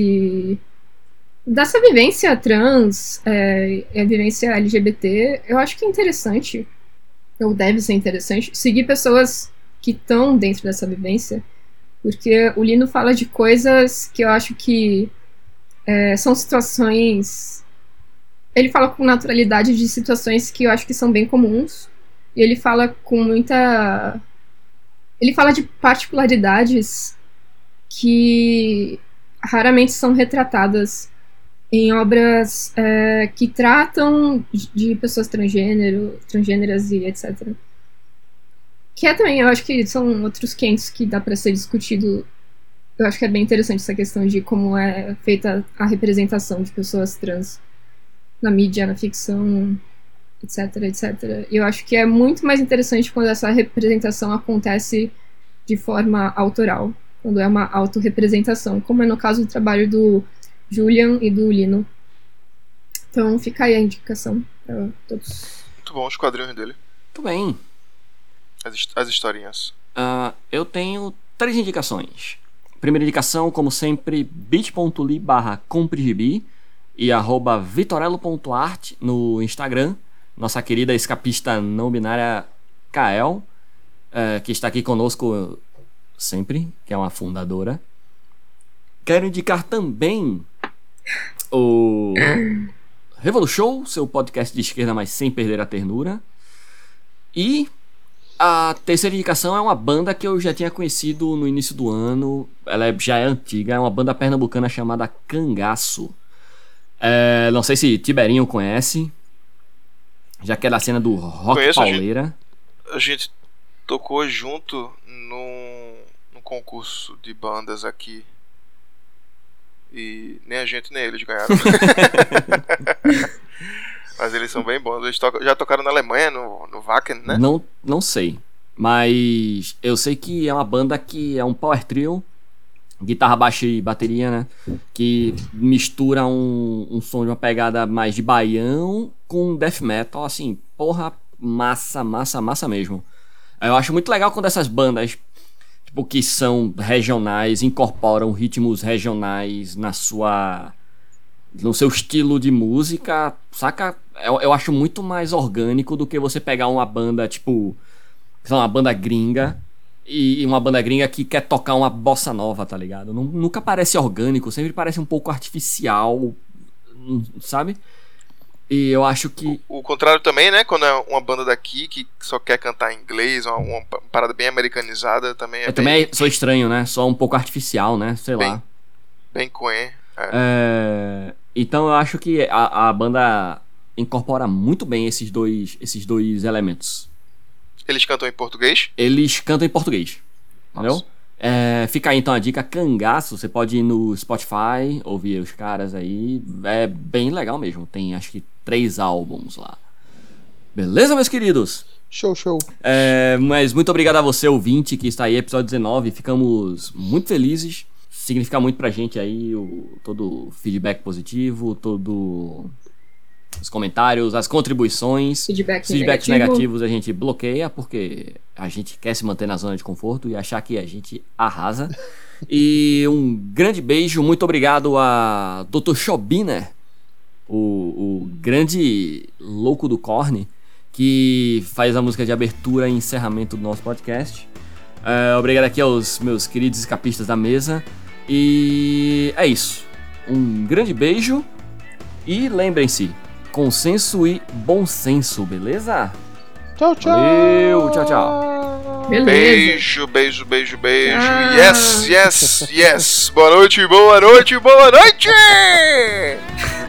vivência trans, a vivência LGBT, eu acho que é interessante, ou deve ser interessante, seguir pessoas que estão dentro dessa vivência, porque o Lino fala de coisas que eu acho que são situações... Ele fala com naturalidade de situações que eu acho que são bem comuns, e ele fala com muita... Ele fala de particularidades que raramente são retratadas em obras que tratam de pessoas transgêneras e etc. Que também, eu acho que são outros 500 que dá para ser discutido. Eu acho que é bem interessante essa questão de como é feita a representação de pessoas trans na mídia, na ficção, etc, etc. E eu acho que é muito mais interessante quando essa representação acontece de forma autoral, quando é uma autorrepresentação, como é no caso do trabalho do Julian e do Lino. Então fica aí a indicação para todos. Muito bom os quadrinhos dele. Muito bem. As historinhas. Eu tenho 3 indicações. Primeira indicação, como sempre, bit.ly/compregibi e @vitorello.art no Instagram. Nossa querida escapista não binária Kael, que está aqui conosco sempre, que é uma fundadora. Quero indicar também o Revolution, seu podcast de esquerda, mas sem perder a ternura. E a terceira indicação é uma banda que eu já tinha conhecido no início do ano. Ela já é antiga, é uma banda pernambucana chamada Cangaço. Não sei se Tiberinho conhece, já que é da cena do rock Conheço, pauleira. A gente tocou junto num concurso de bandas aqui. E nem a gente nem eles ganharam. Mas eles são bem bons. Eles já tocaram na Alemanha, no Wacken, né? Não sei. Mas eu sei que é uma banda que é um power trio, guitarra, baixo e bateria, né? Que mistura um som de uma pegada mais de baião com death metal, assim, porra, massa mesmo. Eu acho muito legal quando essas bandas, tipo, que são regionais, incorporam ritmos regionais no seu estilo de música, saca? Eu acho muito mais orgânico do que você pegar uma banda, tipo, uma banda gringa, e uma banda gringa que quer tocar uma bossa nova, tá ligado? Nunca parece orgânico, sempre parece um pouco artificial, sabe? E eu acho que... O contrário também, né? Quando é uma banda daqui que só quer cantar em inglês, uma parada bem americanizada, também Eu também sou estranho, né? Só um pouco artificial, né? Sei lá. Bem coen. Então eu acho que a banda incorpora muito bem esses dois elementos. Eles cantam em português? Eles cantam em português. Entendeu? Nossa. Fica aí então a dica, Cangaço. Você pode ir no Spotify, ouvir os caras aí. É bem legal mesmo. Tem acho que 3 álbuns lá. Beleza, meus queridos? Show. Mas muito obrigado a você, ouvinte, que está aí, episódio 19. Ficamos muito felizes. Significa muito pra gente aí todo o feedback positivo, todo os comentários, as contribuições. Feedbacks negativos a gente bloqueia, porque a gente quer se manter na zona de conforto e achar que a gente arrasa. E um grande beijo, muito obrigado a Dr. Schobiner, o grande louco do Korn, que faz a música de abertura e encerramento do nosso podcast. Obrigado aqui aos meus queridos escapistas da mesa. E é isso. Um grande beijo. E lembrem-se, consenso e bom senso, beleza? Tchau. Valeu, tchau. Beleza. Beijo. Ah. Yes. Boa noite.